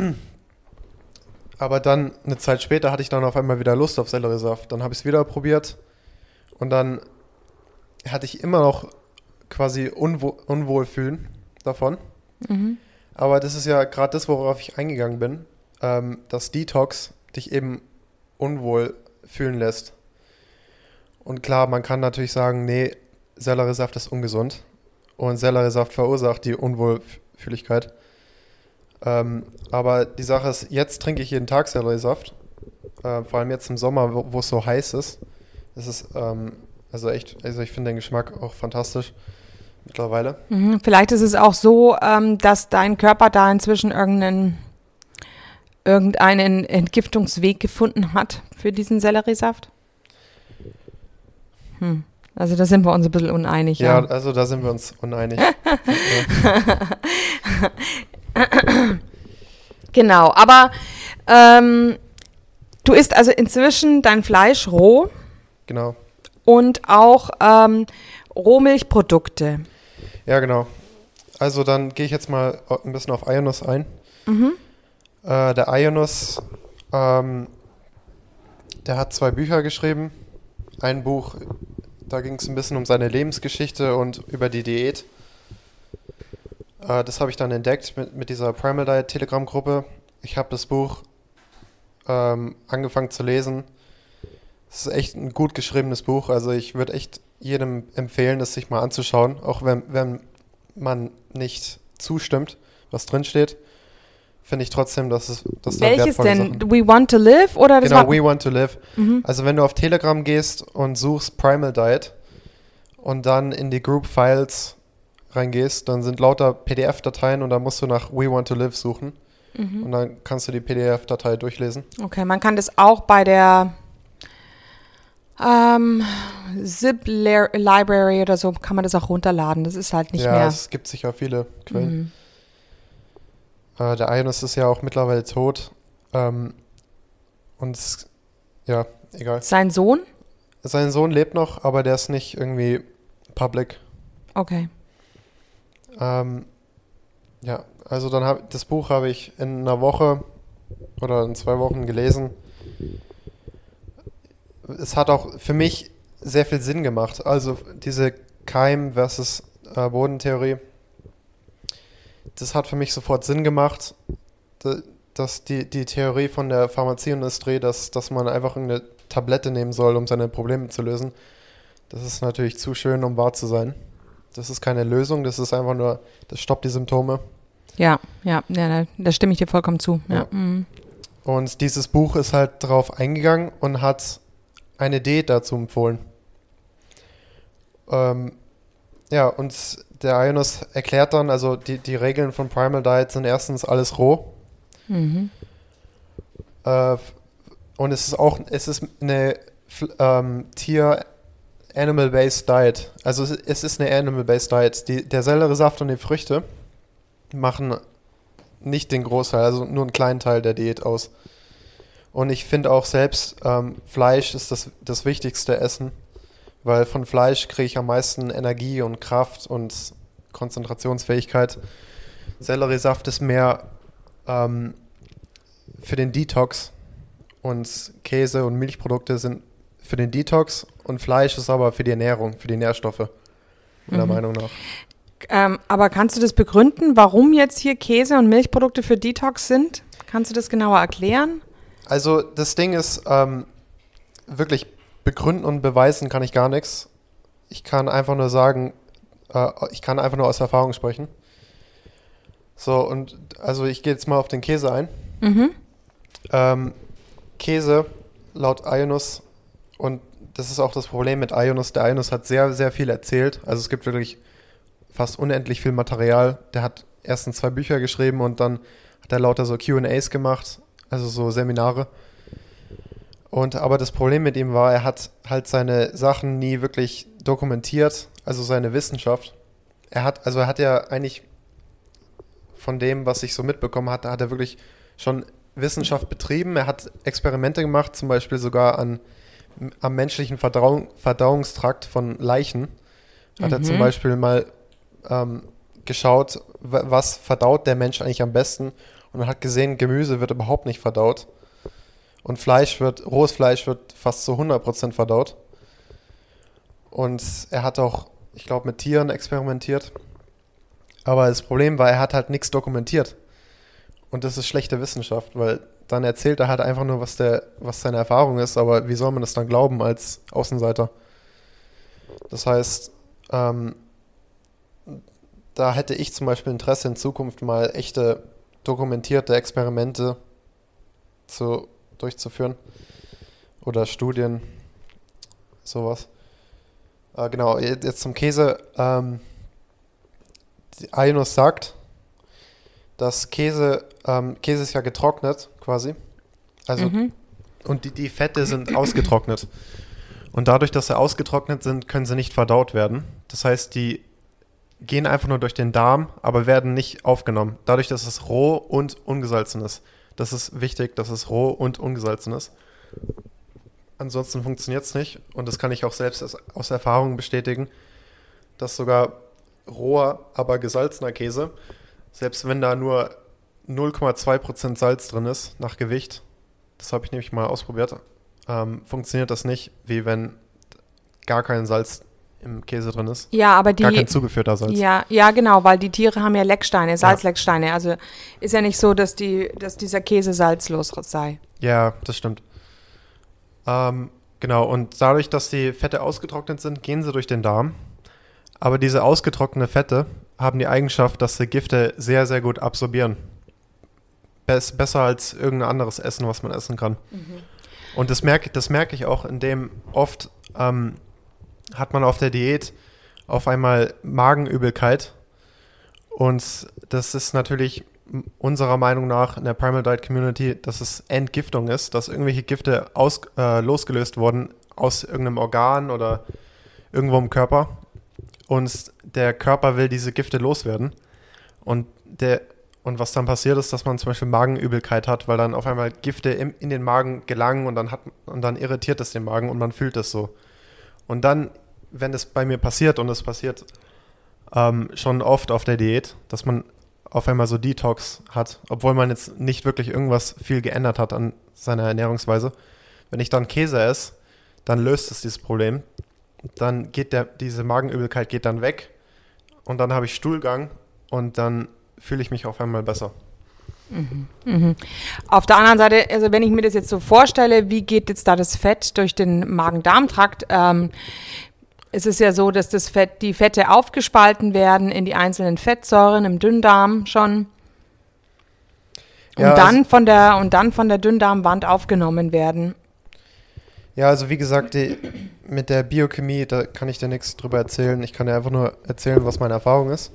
S3: aber dann, eine Zeit später, hatte ich dann auf einmal wieder Lust auf Selleriesaft. Dann habe ich es wieder probiert. Und dann hatte ich immer noch quasi Unwo- Unwohlfühlen davon.
S2: Mhm.
S3: Aber das ist ja gerade das, worauf ich eingegangen bin, ähm, dass Detox dich eben unwohl fühlen lässt. Und klar, man kann natürlich sagen, nee, Selleriesaft ist ungesund und Selleriesaft verursacht die Unwohlfühligkeit. Ähm, aber die Sache ist, jetzt trinke ich jeden Tag Selleriesaft, äh, vor allem jetzt im Sommer, wo, wo es so heiß ist. Es ist ähm, also echt, also ich finde den Geschmack auch fantastisch mittlerweile.
S2: Mhm. Vielleicht ist es auch so, ähm, dass dein Körper da inzwischen irgendeinen, irgendeinen Entgiftungsweg gefunden hat für diesen Selleriesaft. Hm. Also da sind wir uns ein bisschen uneinig.
S3: Ja,
S2: Ja,
S3: also da sind wir uns uneinig.
S2: Genau, aber ähm, du isst also inzwischen dein Fleisch roh
S3: Genau.
S2: und auch ähm, Rohmilchprodukte.
S3: Ja, genau. Also dann gehe ich jetzt mal ein bisschen auf Ionus ein.
S2: Mhm.
S3: Äh, der Ionus, ähm, der hat zwei Bücher geschrieben. Ein Buch, da ging es ein bisschen um seine Lebensgeschichte und über die Diät. Äh, das habe ich dann entdeckt mit, mit dieser Primal Diet Telegram-Gruppe. Ich habe das Buch ähm, angefangen zu lesen. Es ist echt ein gut geschriebenes Buch. Also ich würde echt jedem empfehlen, das sich mal anzuschauen, auch wenn, wenn man nicht zustimmt, was drinsteht. Finde ich trotzdem, dass es dass da
S2: Welches
S3: wertvolle
S2: denn?
S3: Sachen-
S2: We Want to Live oder das
S3: Genau,
S2: war-
S3: We Want to Live.
S2: Mhm.
S3: Also wenn du auf Telegram gehst und suchst Primal Diet und dann in die Group Files reingehst, dann sind lauter P D F-Dateien und da musst du nach We Want to Live suchen
S2: Mhm.
S3: und dann kannst du die P D F-Datei durchlesen.
S2: Okay, man kann das auch bei der ähm, Zip Lar- Library oder so, kann man das auch runterladen. Das ist halt nicht
S3: ja,
S2: mehr.
S3: es gibt sicher viele Quellen.
S2: Mhm.
S3: Äh, der Ionus ist ja auch mittlerweile tot. Ähm, und es, ja, egal.
S2: Sein Sohn?
S3: Sein Sohn lebt noch, aber der ist nicht irgendwie public.
S2: Okay.
S3: Ähm, ja, also dann habe das Buch habe ich in einer Woche oder in zwei Wochen gelesen. Es hat auch für mich sehr viel Sinn gemacht. Also diese Keim versus äh, Bodentheorie, das hat für mich sofort Sinn gemacht. D- dass die, die Theorie von der Pharmazieindustrie, dass, dass man einfach eine Tablette nehmen soll, um seine Probleme zu lösen, das ist natürlich zu schön, um wahr zu sein. Das ist keine Lösung, das ist einfach nur, das stoppt die Symptome.
S2: Ja, ja, ja, da, da stimme ich dir vollkommen zu. Ja.
S3: Ja.
S2: Mhm.
S3: Und dieses Buch ist halt darauf eingegangen und hat eine Diät dazu empfohlen. Ähm, ja, und der Ionus erklärt dann, also die, die Regeln von Primal Diet sind erstens alles roh.
S2: Mhm.
S3: Äh, und es ist auch, es ist eine F- ähm, Tier-Animal-Based Diet. Also es, es ist eine Animal-Based Diet. Die, der Selleriesaft und die Früchte machen nicht den Großteil, also nur einen kleinen Teil der Diät aus. Und ich finde auch selbst, ähm, Fleisch ist das, das wichtigste Essen, weil von Fleisch kriege ich am meisten Energie und Kraft und Konzentrationsfähigkeit. Selleriesaft ist mehr ähm, für den Detox und Käse und Milchprodukte sind für den Detox und Fleisch ist aber für die Ernährung, für die Nährstoffe, meiner
S2: Mhm.
S3: Meinung nach.
S2: Ähm, aber kannst du das begründen, warum jetzt hier Käse und Milchprodukte für Detox sind? Kannst du das genauer erklären?
S3: Also das Ding ist, ähm, wirklich begründen und beweisen kann ich gar nichts. Ich kann einfach nur sagen, äh, ich kann einfach nur aus Erfahrung sprechen. So, und also ich gehe jetzt mal auf den Käse ein.
S2: Mhm.
S3: Ähm, Käse laut Ionus, und das ist auch das Problem mit Ionus, der Ionus hat sehr, sehr viel erzählt. Also es gibt wirklich fast unendlich viel Material. Der hat erstens zwei Bücher geschrieben und dann hat er lauter so Q and A's gemacht, also so Seminare. Und aber das Problem mit ihm war, er hat halt seine Sachen nie wirklich dokumentiert, also seine Wissenschaft. Er hat, also er hat ja eigentlich von dem, was ich so mitbekommen hatte, hat er wirklich schon Wissenschaft betrieben. Er hat Experimente gemacht, zum Beispiel sogar an am menschlichen Verdauung, Verdauungstrakt von Leichen. Hat mhm. er zum Beispiel mal ähm, geschaut, w- was verdaut der Mensch eigentlich am besten. Und man hat gesehen, Gemüse wird überhaupt nicht verdaut. Und Fleisch wird, rohes Fleisch wird fast zu hundert Prozent verdaut. Und er hat auch, ich glaube, mit Tieren experimentiert. Aber das Problem war, er hat halt nichts dokumentiert. Und das ist schlechte Wissenschaft, weil dann erzählt er halt einfach nur, was, der, was seine Erfahrung ist. Aber wie soll man das dann glauben als Außenseiter? Das heißt, ähm, da hätte ich zum Beispiel Interesse in Zukunft mal echte dokumentierte Experimente zu, durchzuführen oder Studien, sowas. Äh, genau, jetzt zum Käse. Ähm, Ainus sagt, dass Käse, ähm, Käse ist ja getrocknet quasi, also mhm. und die, die Fette sind ausgetrocknet. Und dadurch, dass sie ausgetrocknet sind, können sie nicht verdaut werden. Das heißt, die gehen einfach nur durch den Darm, aber werden nicht aufgenommen. Dadurch, dass es roh und ungesalzen ist. Das ist wichtig, dass es roh und ungesalzen ist. Ansonsten funktioniert es nicht. Und das kann ich auch selbst aus Erfahrung bestätigen, dass sogar roher, aber gesalzener Käse, selbst wenn da nur null Komma zwei Prozent Salz drin ist, nach Gewicht, das habe ich nämlich mal ausprobiert, ähm, funktioniert das nicht, wie wenn gar kein Salz im Käse drin ist.
S2: Ja, aber die...
S3: Gar kein zugeführter Salz.
S2: Ja, ja, genau, weil die Tiere haben ja Lecksteine, Salzlecksteine. Ja. Also ist ja nicht so, dass, die, dass dieser Käse salzlos sei.
S3: Ja, das stimmt. Ähm, genau, und dadurch, dass die Fette ausgetrocknet sind, gehen sie durch den Darm. Aber diese ausgetrocknete Fette haben die Eigenschaft, dass sie Gifte sehr, sehr gut absorbieren. Bess, besser als irgendein anderes Essen, was man essen kann. Mhm. Und das merke das merke ich auch, indem oft ähm, hat man auf der Diät auf einmal Magenübelkeit. Und das ist natürlich unserer Meinung nach in der Primal Diet Community, dass es Entgiftung ist, dass irgendwelche Gifte aus, äh, losgelöst wurden aus irgendeinem Organ oder irgendwo im Körper. Und der Körper will diese Gifte loswerden. Und, der, und was dann passiert ist, dass man zum Beispiel Magenübelkeit hat, weil dann auf einmal Gifte im, in den Magen gelangen und dann, hat, und dann irritiert es den Magen und man fühlt es so. Und dann, wenn das bei mir passiert, und es passiert ähm, schon oft auf der Diät, dass man auf einmal so Detox hat, obwohl man jetzt nicht wirklich irgendwas viel geändert hat an seiner Ernährungsweise. Wenn ich dann Käse esse, dann löst es dieses Problem. Dann geht der, diese Magenübelkeit geht dann weg und dann habe ich Stuhlgang und dann fühle ich mich auf einmal besser.
S2: Mhm, mhm. Auf der anderen Seite, also wenn ich mir das jetzt so vorstelle, wie geht jetzt da das Fett durch den Magen-Darm-Trakt? Ähm, es ist ja so, dass das Fett, die Fette aufgespalten werden in die einzelnen Fettsäuren im Dünndarm schon und, ja, dann, also, von der, und dann von der Dünndarmwand aufgenommen werden.
S3: Ja, also wie gesagt, die, mit der Biochemie, da kann ich dir nichts drüber erzählen. Ich kann dir einfach nur erzählen, was meine Erfahrung ist.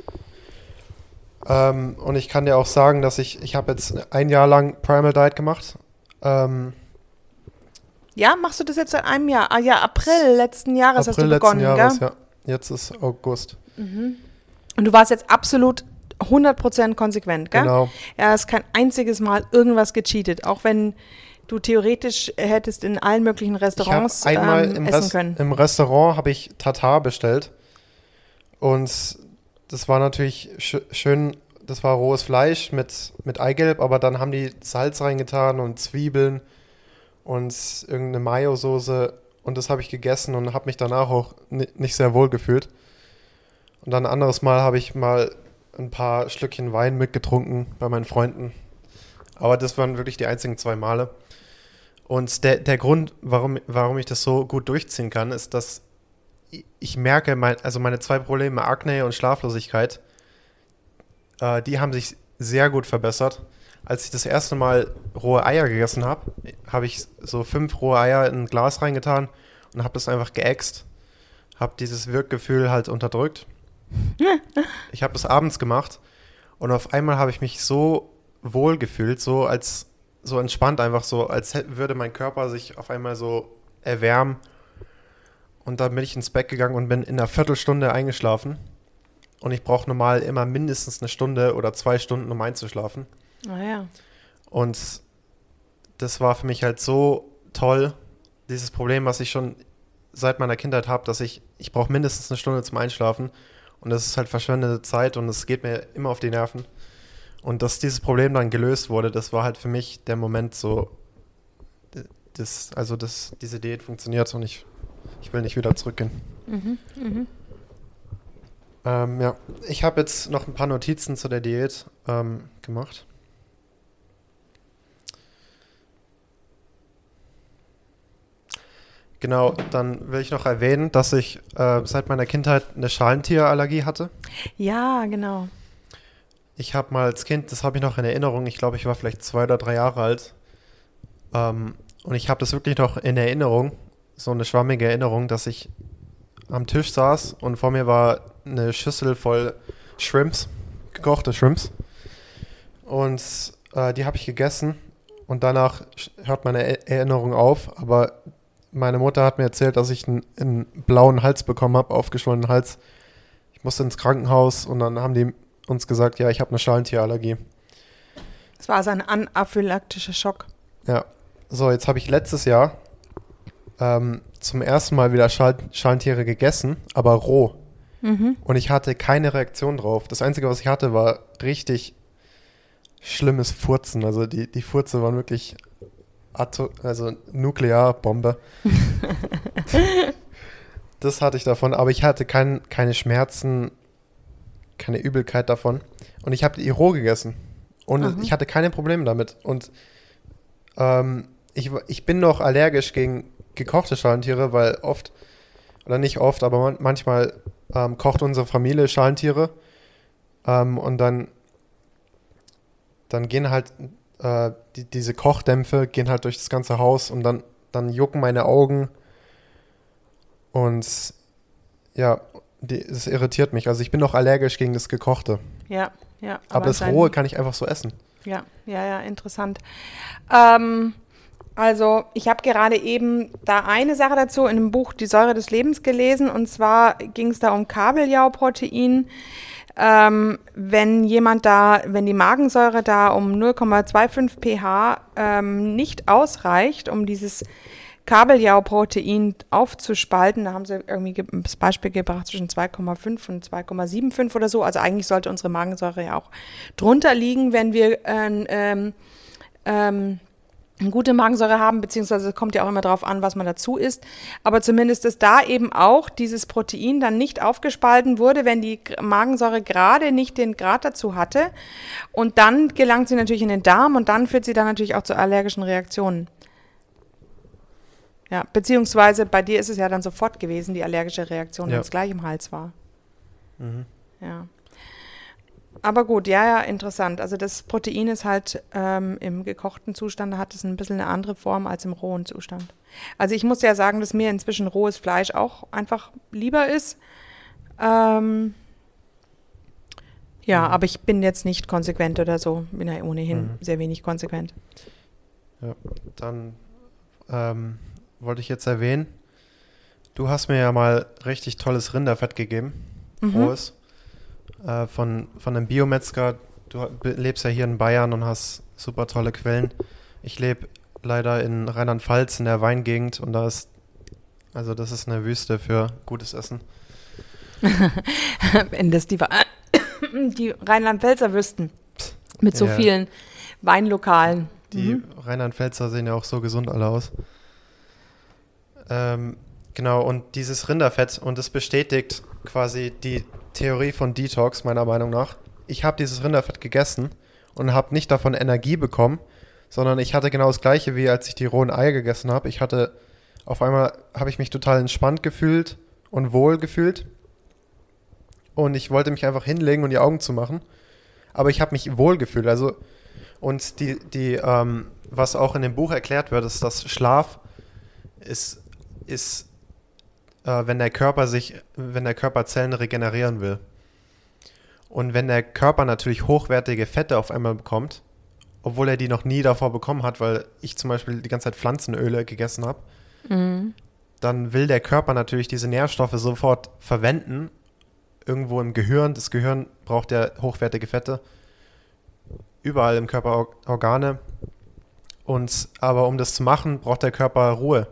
S3: Ähm, und ich kann dir auch sagen, dass ich, ich habe jetzt ein Jahr lang Primal Diet gemacht. Ähm,
S2: ja, machst du das jetzt seit einem Jahr? Ah ja, April letzten Jahres April hast du begonnen, letzten Jahres, gell?
S3: Ja. Jetzt ist August.
S2: Mhm. Und du warst jetzt absolut hundert Prozent konsequent, gell?
S3: Genau.
S2: Ja, hast kein einziges Mal irgendwas gecheatet, auch wenn du theoretisch hättest in allen möglichen Restaurants
S3: ich einmal
S2: ähm,
S3: im
S2: essen
S3: Rest,
S2: können.
S3: Im Restaurant habe ich Tatar bestellt und das war natürlich sch- schön, das war rohes Fleisch mit, mit Eigelb, aber dann haben die Salz reingetan und Zwiebeln und irgendeine Mayo-Soße und das habe ich gegessen und habe mich danach auch n- nicht sehr wohl gefühlt. Und dann ein anderes Mal habe ich mal ein paar Schlückchen Wein mitgetrunken bei meinen Freunden, aber das waren wirklich die einzigen zwei Male. Und der, der Grund, warum, warum ich das so gut durchziehen kann, ist, dass ich merke, mein, also meine zwei Probleme, Akne und Schlaflosigkeit, äh, die haben sich sehr gut verbessert. Als ich das erste Mal rohe Eier gegessen habe, habe ich so fünf rohe Eier in ein Glas reingetan und habe das einfach geäxt. Habe dieses Wirkgefühl halt unterdrückt. Ich habe das abends gemacht und auf einmal habe ich mich so wohl gefühlt, so als so entspannt einfach so, als würde mein Körper sich auf einmal so erwärmen. Und dann bin ich ins Bett gegangen und bin in einer Viertelstunde eingeschlafen. Und ich brauche normal immer mindestens eine Stunde oder zwei Stunden, um einzuschlafen.
S2: Ah ja.
S3: Und das war für mich halt so toll. dieses Problem, was ich schon seit meiner Kindheit habe, dass ich, ich brauche mindestens eine Stunde zum Einschlafen und das ist halt verschwendete Zeit und es geht mir immer auf die Nerven. Und dass dieses Problem dann gelöst wurde, das war halt für mich der Moment so, das, also das, diese Diät funktioniert und ich, ich will nicht wieder zurückgehen.
S2: Mhm, mhm.
S3: Ähm, ja, ich habe jetzt noch ein paar Notizen zu der Diät ähm, gemacht. Genau, dann will ich noch erwähnen, dass ich äh, seit meiner Kindheit eine Schalentierallergie hatte.
S2: Ja, genau.
S3: Ich habe mal als Kind, das habe ich noch in Erinnerung, ich glaube, ich war vielleicht zwei oder drei Jahre alt. Ähm, und ich habe das wirklich noch in Erinnerung, so eine schwammige Erinnerung, dass ich am Tisch saß und vor mir war eine Schüssel voll Shrimps, gekochte Shrimps. Und äh, die habe ich gegessen und danach hört meine e- Erinnerung auf, aber meine Mutter hat mir erzählt, dass ich einen, einen blauen Hals bekommen habe, aufgeschwollenen Hals. Ich musste ins Krankenhaus und dann haben die uns gesagt, ja, ich habe eine Schalentierallergie.
S2: Das war also ein anaphylaktischer Schock.
S3: Ja, so, jetzt habe ich letztes Jahr ähm, zum ersten Mal wieder Schal- Schalentiere gegessen, aber roh.
S2: Mhm.
S3: Und ich hatte keine Reaktion drauf. Das Einzige, was ich hatte, war richtig schlimmes Furzen. Also die, die Furze waren wirklich Ato- also Nuklearbombe. Das hatte ich davon, aber ich hatte kein, keine Schmerzen, keine Übelkeit davon. Und ich habe die roh gegessen. Und
S2: Aha.
S3: ich hatte keine Probleme damit. Und ähm, ich, ich bin noch allergisch gegen gekochte Schalentiere, weil oft, oder nicht oft, aber man, manchmal ähm, kocht unsere Familie Schalentiere. Ähm, und dann, dann gehen halt äh, die, diese Kochdämpfe gehen halt durch das ganze Haus und dann, dann jucken meine Augen. Und ja, die, das irritiert mich. Also ich bin noch allergisch gegen das Gekochte.
S2: Ja, ja.
S3: Aber, aber das
S2: sein,
S3: Rohe kann ich einfach so essen.
S2: Ja, ja, ja, interessant. Ähm, also ich habe gerade eben da eine Sache dazu in dem Buch Die Säure des Lebens gelesen. Und zwar ging es da um Kabeljauprotein. Ähm, wenn jemand da, wenn die Magensäure da um null Komma fünfundzwanzig pH ähm, nicht ausreicht, um dieses Kabeljauprotein aufzuspalten, da haben sie irgendwie ge- das Beispiel gebracht zwischen zwei Komma fünf und zwei Komma fünfundsiebzig oder so. Also eigentlich sollte unsere Magensäure ja auch drunter liegen, wenn wir äh, ähm, ähm, eine gute Magensäure haben, beziehungsweise es kommt ja auch immer darauf an, was man dazu isst. Aber zumindest ist da eben auch dieses Protein dann nicht aufgespalten wurde, wenn die Magensäure gerade nicht den Grad dazu hatte. Und dann gelangt sie natürlich in den Darm und dann führt sie dann natürlich auch zu allergischen Reaktionen. Ja, beziehungsweise bei dir ist es ja dann sofort gewesen, die allergische Reaktion,
S3: Ja.
S2: wenn es gleich im Hals war.
S3: Mhm.
S2: Ja. Aber gut, ja, ja, interessant. Also das Protein ist halt ähm, im gekochten Zustand, da hat es ein bisschen eine andere Form als im rohen Zustand. Also ich muss ja sagen, dass mir inzwischen rohes Fleisch auch einfach lieber ist. Ähm, ja,
S3: Mhm.
S2: aber ich bin jetzt nicht konsequent oder so. Bin ja ohnehin
S3: Mhm.
S2: sehr wenig konsequent.
S3: Ja, dann ähm, wollte ich jetzt erwähnen, du hast mir ja mal richtig tolles Rinderfett gegeben,
S2: Mhm.
S3: rohes, äh, von, von einem Biometzger. Du ha- be- lebst ja hier in Bayern und hast super tolle Quellen. Ich lebe leider in Rheinland-Pfalz in der Weingegend und da ist, also das ist eine Wüste für gutes Essen.
S2: Wenn das die, Wa- die Rheinland-Pfälzer wüssten. Mit so
S3: Ja.
S2: vielen Weinlokalen.
S3: Die
S2: Mhm.
S3: Rheinland-Pfälzer sehen ja auch so gesund alle aus. Ähm, genau, und dieses Rinderfett, und das bestätigt quasi die Theorie von Detox, meiner Meinung nach. Ich habe dieses Rinderfett gegessen und habe nicht davon Energie bekommen, sondern ich hatte genau das Gleiche, wie als ich die rohen Eier gegessen habe. Ich hatte, auf einmal habe ich mich total entspannt gefühlt und wohl gefühlt. Und ich wollte mich einfach hinlegen und die Augen zumachen. Aber ich habe mich wohl gefühlt. Also, und die, die, ähm, was auch in dem Buch erklärt wird, ist, dass Schlaf ist, ist äh, wenn der Körper sich, wenn der Körper Zellen regenerieren will. Und wenn der Körper natürlich hochwertige Fette auf einmal bekommt, obwohl er die noch nie davor bekommen hat, weil ich zum Beispiel die ganze Zeit Pflanzenöle gegessen habe,
S2: Mhm.
S3: dann will der Körper natürlich diese Nährstoffe sofort verwenden, irgendwo im Gehirn. Das Gehirn braucht ja hochwertige Fette. Überall im Körper Or- Organe. Und, aber um das zu machen, braucht der Körper Ruhe.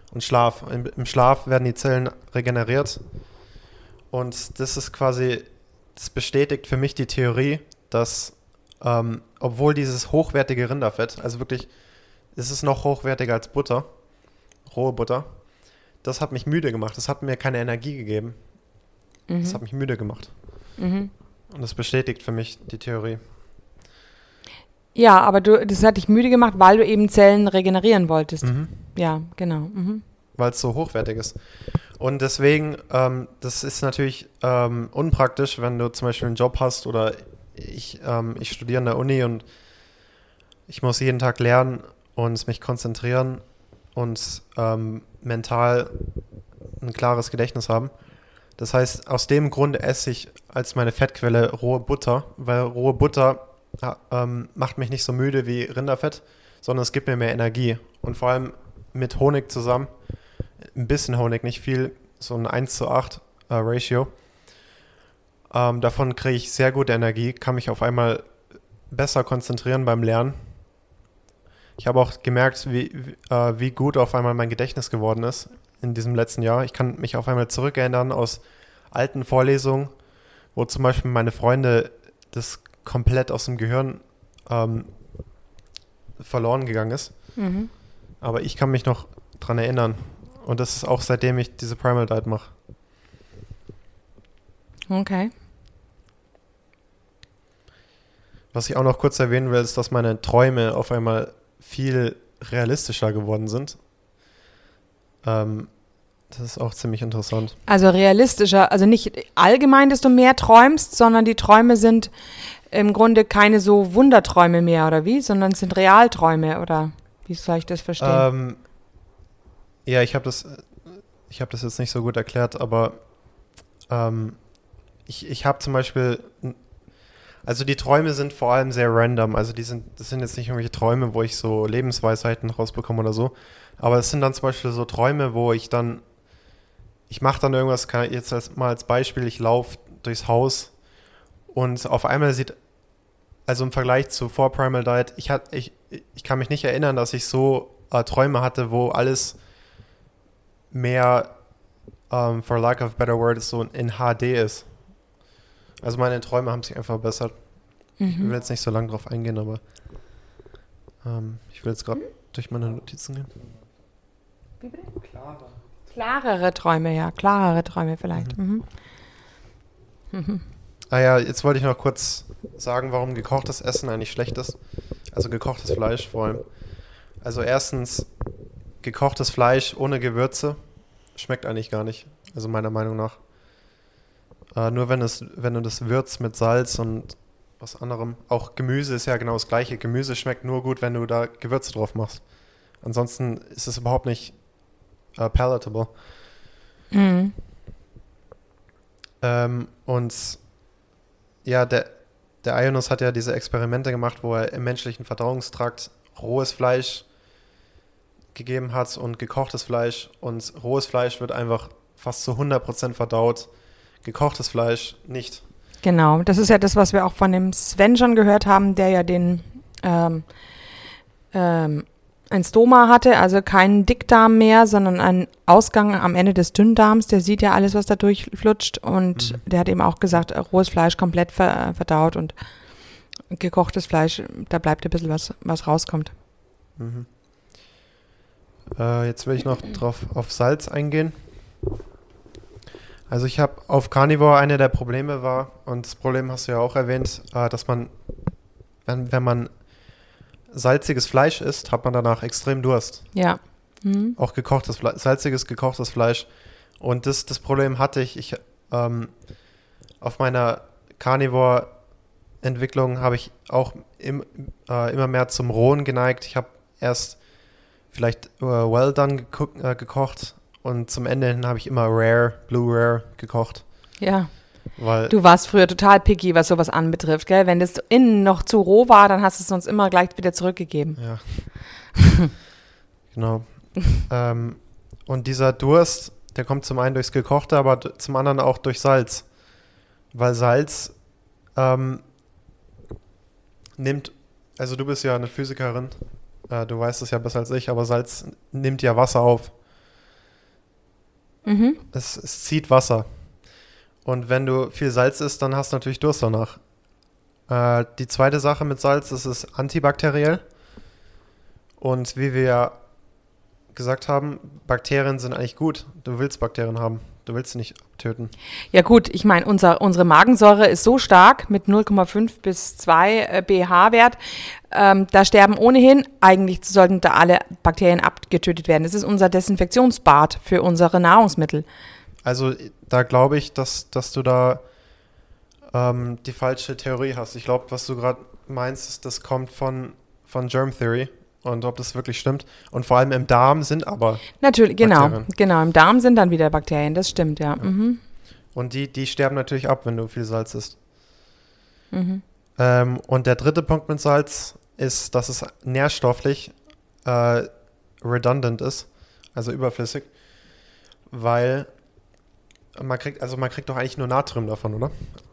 S3: und Schlaf. Im, Im Schlaf werden die Zellen regeneriert und das ist quasi, das bestätigt für mich die Theorie, dass ähm, obwohl dieses hochwertige Rinderfett, also wirklich, es ist noch hochwertiger als Butter, rohe Butter, das hat mich müde gemacht, das hat mir keine Energie gegeben. Mhm. Das hat mich müde gemacht. Mhm. Und das bestätigt für mich die Theorie.
S2: Ja, aber du, das hat dich müde gemacht, weil du eben Zellen regenerieren wolltest.
S3: Mhm.
S2: Ja, genau. Mhm.
S3: Weil es so hochwertig ist. Und deswegen, ähm, das ist natürlich ähm, unpraktisch, wenn du zum Beispiel einen Job hast oder ich, ähm, ich studiere an der Uni und ich muss jeden Tag lernen und mich konzentrieren und ähm, mental ein klares Gedächtnis haben. Das heißt, aus dem Grund esse ich als meine Fettquelle rohe Butter, weil rohe Butter ja, ähm, macht mich nicht so müde wie Rinderfett, sondern es gibt mir mehr Energie. Und vor allem mit Honig zusammen, ein bisschen Honig, nicht viel, so ein eins zu acht äh, Ratio. Ähm, davon kriege ich sehr gute Energie, kann mich auf einmal besser konzentrieren beim Lernen. Ich habe auch gemerkt, wie, wie, äh, wie gut auf einmal mein Gedächtnis geworden ist in diesem letzten Jahr. Ich kann mich auf einmal zurückerinnern aus alten Vorlesungen, wo zum Beispiel meine Freunde das komplett aus dem Gehirn ähm, verloren gegangen ist. Mhm. Aber ich kann mich noch dran erinnern. Und das ist auch seitdem ich diese Primal Diet mache.
S2: Okay.
S3: Was ich auch noch kurz erwähnen will, ist, dass meine Träume auf einmal viel realistischer geworden sind. Ähm, das ist auch ziemlich interessant.
S2: Also realistischer, also nicht allgemein, dass du mehr träumst, sondern die Träume sind im Grunde keine so Wunderträume mehr, oder wie? Sondern es sind Realträume, oder wie soll ich das verstehen?
S3: Ähm, ja, ich habe das, ich habe das jetzt nicht so gut erklärt, aber ähm, ich, ich habe zum Beispiel, also die Träume sind vor allem sehr random, also die sind, das sind jetzt nicht irgendwelche Träume, wo ich so Lebensweisheiten rausbekomme oder so, aber es sind dann zum Beispiel so Träume, wo ich dann, ich mache dann irgendwas, kann ich jetzt als, mal als Beispiel, ich laufe durchs Haus und auf einmal sieht, also im Vergleich zu vor Primal Diet, ich, hat, ich, ich kann mich nicht erinnern, dass ich so äh, Träume hatte, wo alles mehr, um, for lack of a better word, so in H D ist. Also meine Träume haben sich einfach verbessert. Mhm. Ich will jetzt nicht so lange drauf eingehen, aber ähm, ich will jetzt gerade durch meine Notizen gehen.
S2: Wie bitte? Klarer. Klarere Träume, ja. Klarere Träume vielleicht. Mhm.
S3: Mhm. Mhm. Ah ja, jetzt wollte ich noch kurz sagen, warum gekochtes Essen eigentlich schlecht ist. Also gekochtes Fleisch vor allem. Also erstens, gekochtes Fleisch ohne Gewürze schmeckt eigentlich gar nicht. Also meiner Meinung nach. Äh, nur wenn, es, wenn du das würzt mit Salz und was anderem. Auch Gemüse ist ja genau das gleiche. Gemüse schmeckt nur gut, wenn du da Gewürze drauf machst. Ansonsten ist es überhaupt nicht uh, palatable. Mhm. Ähm, und ja, der, der Ionos hat ja diese Experimente gemacht, wo er im menschlichen Verdauungstrakt rohes Fleisch gegeben hat und gekochtes Fleisch. Und rohes Fleisch wird einfach fast zu hundert Prozent verdaut. Gekochtes Fleisch nicht.
S2: Genau, das ist ja das, was wir auch von dem Sven schon gehört haben, der ja den ähm, ähm, ein Stoma hatte, also keinen Dickdarm mehr, sondern einen Ausgang am Ende des Dünndarms. Der sieht ja alles, was da durchflutscht. Und mhm. der hat eben auch gesagt, rohes Fleisch komplett ver- verdaut und gekochtes Fleisch, da bleibt ein bisschen was, was rauskommt.
S3: Mhm. Äh, jetzt will ich noch drauf auf Salz eingehen. Also ich habe auf Carnivore, eine der Probleme war, und das Problem hast du ja auch erwähnt, äh, dass man, wenn, wenn man salziges Fleisch isst, hat man danach extrem Durst.
S2: Ja. Mhm.
S3: Auch gekochtes Fleisch, salziges, gekochtes Fleisch. Und das, das Problem hatte ich. Ich ähm, auf meiner Carnivore-Entwicklung habe ich auch im, äh, immer mehr zum Rohen geneigt. Ich habe erst vielleicht äh, well done geko- äh, gekocht und zum Ende hin habe ich immer rare, blue rare gekocht.
S2: Ja.
S3: Weil
S2: du warst früher total picky, was sowas anbetrifft, gell? Wenn das innen noch zu roh war, dann hast du es uns immer gleich wieder zurückgegeben.
S3: Ja. Genau. ähm, und dieser Durst, der kommt zum einen durchs Gekochte, aber d- zum anderen auch durch Salz. Weil Salz ähm, nimmt, also du bist ja eine Physikerin, äh, du weißt es ja besser als ich, aber Salz nimmt ja Wasser auf.
S2: Mhm.
S3: Es, es zieht Wasser. Und wenn du viel Salz isst, dann hast du natürlich Durst danach. Äh, die zweite Sache mit Salz, das ist antibakteriell. Und wie wir ja gesagt haben, Bakterien sind eigentlich gut. Du willst Bakterien haben. Du willst sie nicht töten.
S2: Ja gut, ich meine, unser, unsere Magensäure ist so stark mit null Komma fünf bis zwei äh, pH-Wert. Ähm, da sterben ohnehin, eigentlich sollten da alle Bakterien abgetötet werden. Das ist unser Desinfektionsbad für unsere Nahrungsmittel.
S3: Also da glaube ich, dass, dass du da ähm, die falsche Theorie hast. Ich glaube, was du gerade meinst, ist, das kommt von, von Germ Theory. Und ob das wirklich stimmt. Und vor allem im Darm sind aber
S2: Natürlich, genau,
S3: Bakterien.
S2: genau. Im Darm sind dann wieder Bakterien, das stimmt, ja.
S3: Ja.
S2: Mhm.
S3: Und die, die sterben natürlich ab, wenn du viel Salz isst.
S2: Mhm.
S3: Ähm, und der dritte Punkt mit Salz ist, dass es nährstofflich äh, redundant ist, also überflüssig, weil man kriegt, also man kriegt doch eigentlich nur Natrium davon, oder?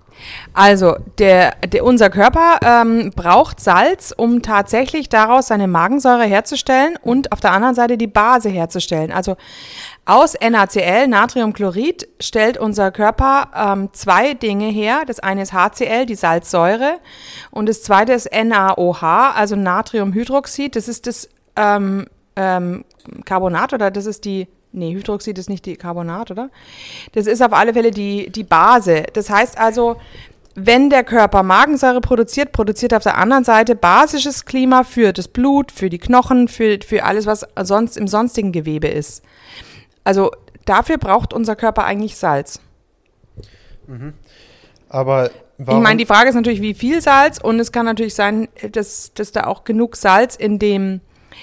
S2: Also, der, der, unser Körper ähm, braucht Salz, um tatsächlich daraus seine Magensäure herzustellen und auf der anderen Seite die Base herzustellen. Also aus NaCl, Natriumchlorid, stellt unser Körper ähm, zwei Dinge her. Das eine ist HCl, die Salzsäure, und das zweite ist NaOH, also Natriumhydroxid. Das ist das ähm, ähm, Carbonat oder das ist die... Nee, Hydroxid ist nicht die Carbonat, oder? Das ist auf alle Fälle die, die Base. Das heißt also, wenn der Körper Magensäure produziert, produziert auf der anderen Seite basisches Klima für das Blut, für die Knochen, für, für alles, was sonst im sonstigen Gewebe ist. Also dafür braucht unser Körper eigentlich Salz.
S3: Mhm. Aber warum?
S2: Ich meine, die Frage ist natürlich, wie viel Salz, und es kann natürlich sein, dass, dass da auch genug Salz in dem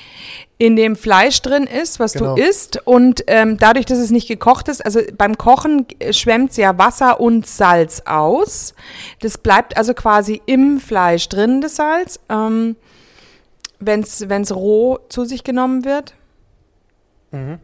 S2: in dem Fleisch drin ist, was
S3: Genau.
S2: du isst, und ähm, dadurch, dass es nicht gekocht ist, also beim Kochen schwemmt ja Wasser und Salz aus. Das bleibt also quasi im Fleisch drin, das Salz, ähm, wenn es roh zu sich genommen wird.
S3: Mhm.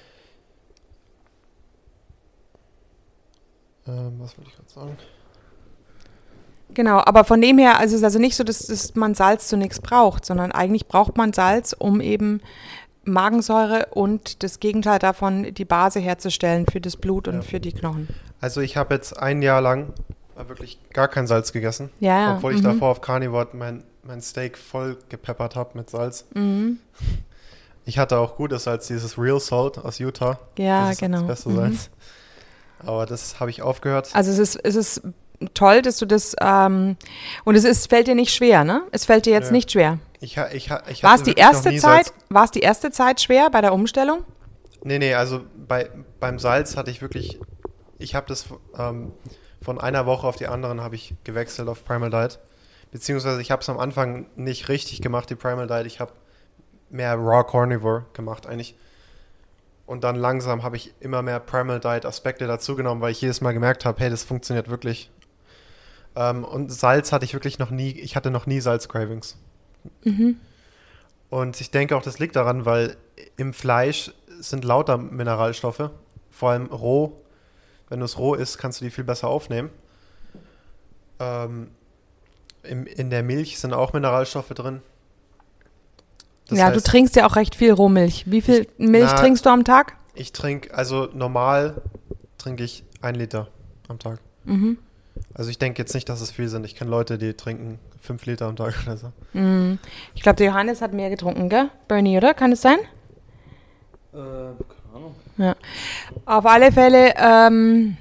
S3: Ähm, was wollte ich gerade sagen?
S2: Genau, aber von dem her, also es ist also nicht so, dass, dass man Salz zu nichts braucht, sondern eigentlich braucht man Salz, um eben Magensäure und das Gegenteil davon, die Base herzustellen für das Blut und
S3: Ja.
S2: für die Knochen.
S3: Also ich habe jetzt ein Jahr lang wirklich gar kein Salz gegessen,
S2: Ja, ja.
S3: obwohl ich
S2: mhm.
S3: davor auf Carnivore mein, mein Steak voll gepeppert habe mit Salz.
S2: Mhm.
S3: Ich hatte auch gutes Salz, dieses Real Salt aus Utah.
S2: Ja,
S3: das ist
S2: genau.
S3: das beste
S2: Mhm.
S3: Salz. Aber das habe ich aufgehört.
S2: Also es ist, es ist toll, dass du das, ähm, und es ist, fällt dir nicht schwer, ne? Es fällt dir jetzt
S3: Ja.
S2: nicht schwer.
S3: Ich, ha- ich, ha- ich
S2: War es
S3: hatte
S2: die
S3: wirklich noch
S2: erste
S3: nie
S2: Zeit,
S3: Salz.
S2: war es die erste Zeit schwer bei der Umstellung?
S3: Nee, nee, also bei, beim Salz hatte ich wirklich, ich habe das ähm, von einer Woche auf die anderen habe ich gewechselt auf Primal Diet. Beziehungsweise ich habe es am Anfang nicht richtig gemacht, die Primal Diet. Ich habe mehr Raw Carnivore gemacht eigentlich. Und dann langsam habe ich immer mehr Primal Diet Aspekte dazugenommen, weil ich jedes Mal gemerkt habe, hey, das funktioniert wirklich. Ähm, und Salz hatte ich wirklich noch nie, ich hatte noch nie Salz-Cravings.
S2: Mhm.
S3: Und ich denke auch, das liegt daran, weil im Fleisch sind lauter Mineralstoffe, vor allem roh. Wenn du es roh isst, kannst du die viel besser aufnehmen. Ähm, im, in der Milch sind auch Mineralstoffe drin. Das
S2: ja,
S3: heißt,
S2: du trinkst ja auch recht viel Rohmilch. Wie viel
S3: Ich-
S2: Milch
S3: na,
S2: trinkst du am Tag?
S3: Ich trinke, also normal trinke ich ein Liter am Tag.
S2: Mhm.
S3: Also ich denke jetzt nicht, dass es viel sind. Ich kenne Leute, die trinken fünf Liter am Tag oder so.
S2: Mhm. Ich glaube, der Johannes hat mehr getrunken, gell? Bernie, oder? Kann es sein?
S4: Äh, keine Ahnung.
S2: Ja. Auf alle Fälle, ähm,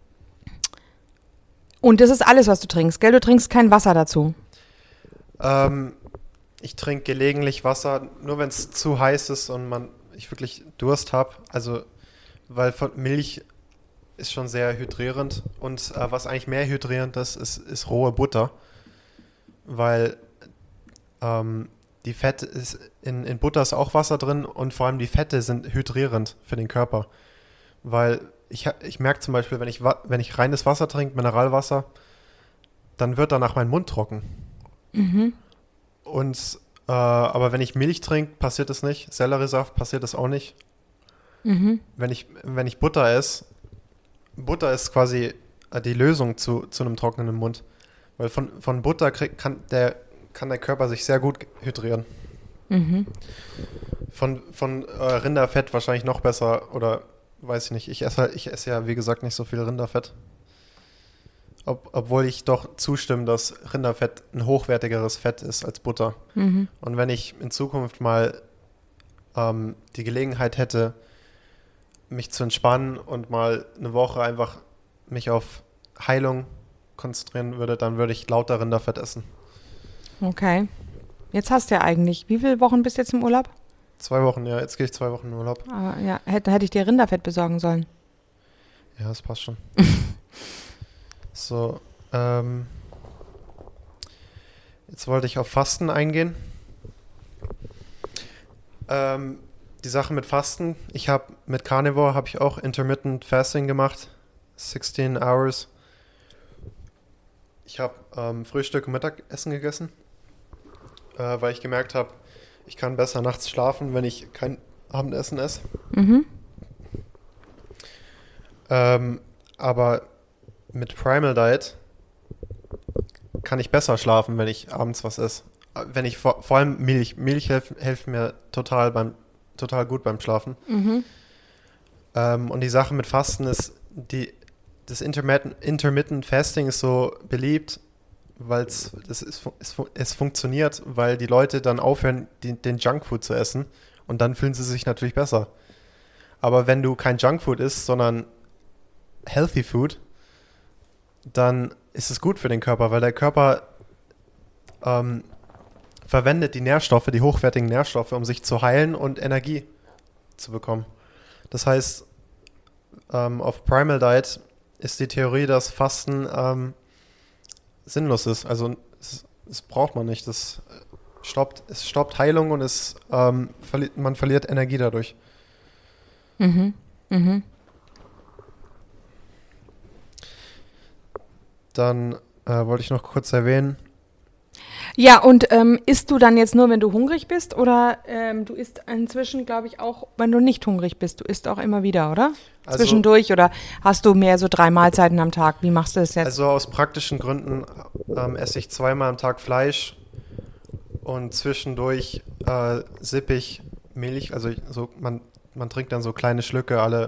S2: und das ist alles, was du trinkst, gell? Du trinkst kein Wasser dazu.
S3: Ähm, ich trinke gelegentlich Wasser, nur wenn es zu heiß ist und man ich wirklich Durst habe. Also, weil von Milch ist schon sehr hydrierend. Und äh, was eigentlich mehr hydrierend ist, ist, ist rohe Butter. Weil ähm, die Fette ist, in, in Butter ist auch Wasser drin und vor allem die Fette sind hydrierend für den Körper. Weil ich, ha- ich merke zum Beispiel, wenn ich, wa- wenn ich reines Wasser trinke, Mineralwasser, dann wird danach mein Mund trocken.
S2: Mhm.
S3: Und äh, aber wenn ich Milch trinke, passiert das nicht. Selleriesaft passiert das auch nicht.
S2: Mhm.
S3: Wenn ich, wenn ich Butter esse, Butter ist quasi äh, die Lösung zu, zu einem trockenen Mund. Weil von, von Butter krieg, kann, der, kann der Körper sich sehr gut hydrieren.
S2: Mhm.
S3: Von, von äh, Rinderfett wahrscheinlich noch besser oder weiß ich nicht. Ich esse, halt, ich esse ja, wie gesagt, nicht so viel Rinderfett. Ob, obwohl ich doch zustimme, dass Rinderfett ein hochwertigeres Fett ist als Butter.
S2: Mhm.
S3: Und wenn ich in Zukunft mal ähm, die Gelegenheit hätte, mich zu entspannen und mal eine Woche einfach mich auf Heilung konzentrieren würde, dann würde ich lauter Rinderfett essen.
S2: Okay. Jetzt hast du ja eigentlich, wie viele Wochen bist du jetzt im Urlaub?
S3: Zwei Wochen, ja, jetzt gehe ich zwei Wochen in Urlaub.
S2: Aber ja, hätte, hätte ich dir Rinderfett besorgen sollen.
S3: Ja, das passt schon. So, ähm, jetzt wollte ich auf Fasten eingehen. Ähm, die Sache mit Fasten, ich habe mit Carnivore habe ich auch Intermittent Fasting gemacht, sechzehn Hours. Ich habe ähm, Frühstück und Mittagessen gegessen, äh, weil ich gemerkt habe, ich kann besser nachts schlafen, wenn ich kein Abendessen esse.
S2: Mhm.
S3: Ähm, aber mit Primal Diet kann ich besser schlafen, wenn ich abends was esse. Wenn ich vor, vor allem Milch. Milch hilft, hilft mir total beim total gut beim Schlafen.
S2: Mhm.
S3: Ähm, und die Sache mit Fasten ist, die, das Intermittent, Intermittent Fasting ist so beliebt, weil es es, es funktioniert, weil die Leute dann aufhören, die, den Junkfood zu essen und dann fühlen sie sich natürlich besser. Aber wenn du kein Junkfood isst, sondern Healthy Food, dann ist es gut für den Körper, weil der Körper ähm, verwendet die Nährstoffe, die hochwertigen Nährstoffe, um sich zu heilen und Energie zu bekommen. Das heißt, ähm, auf Primal Diet ist die Theorie, dass Fasten ähm, sinnlos ist. Also es, es braucht man nicht. Das stoppt, es stoppt Heilung und es, ähm, verli- man verliert Energie dadurch.
S2: Mhm. Mhm.
S3: Dann äh, wollte ich noch kurz erwähnen,
S2: Ja, und ähm, isst du dann jetzt nur, wenn du hungrig bist? Oder ähm, du isst inzwischen, glaube ich, auch, wenn du nicht hungrig bist. Du isst auch immer wieder, oder?
S3: Also-
S2: Zwischendurch? Oder hast du mehr so drei Mahlzeiten am Tag? Wie machst du das jetzt?
S3: also aus praktischen Gründen ähm, esse ich zweimal am Tag Fleisch und zwischendurch äh, sippe ich Milch. Also ich, so, man, man trinkt dann so kleine Schlücke alle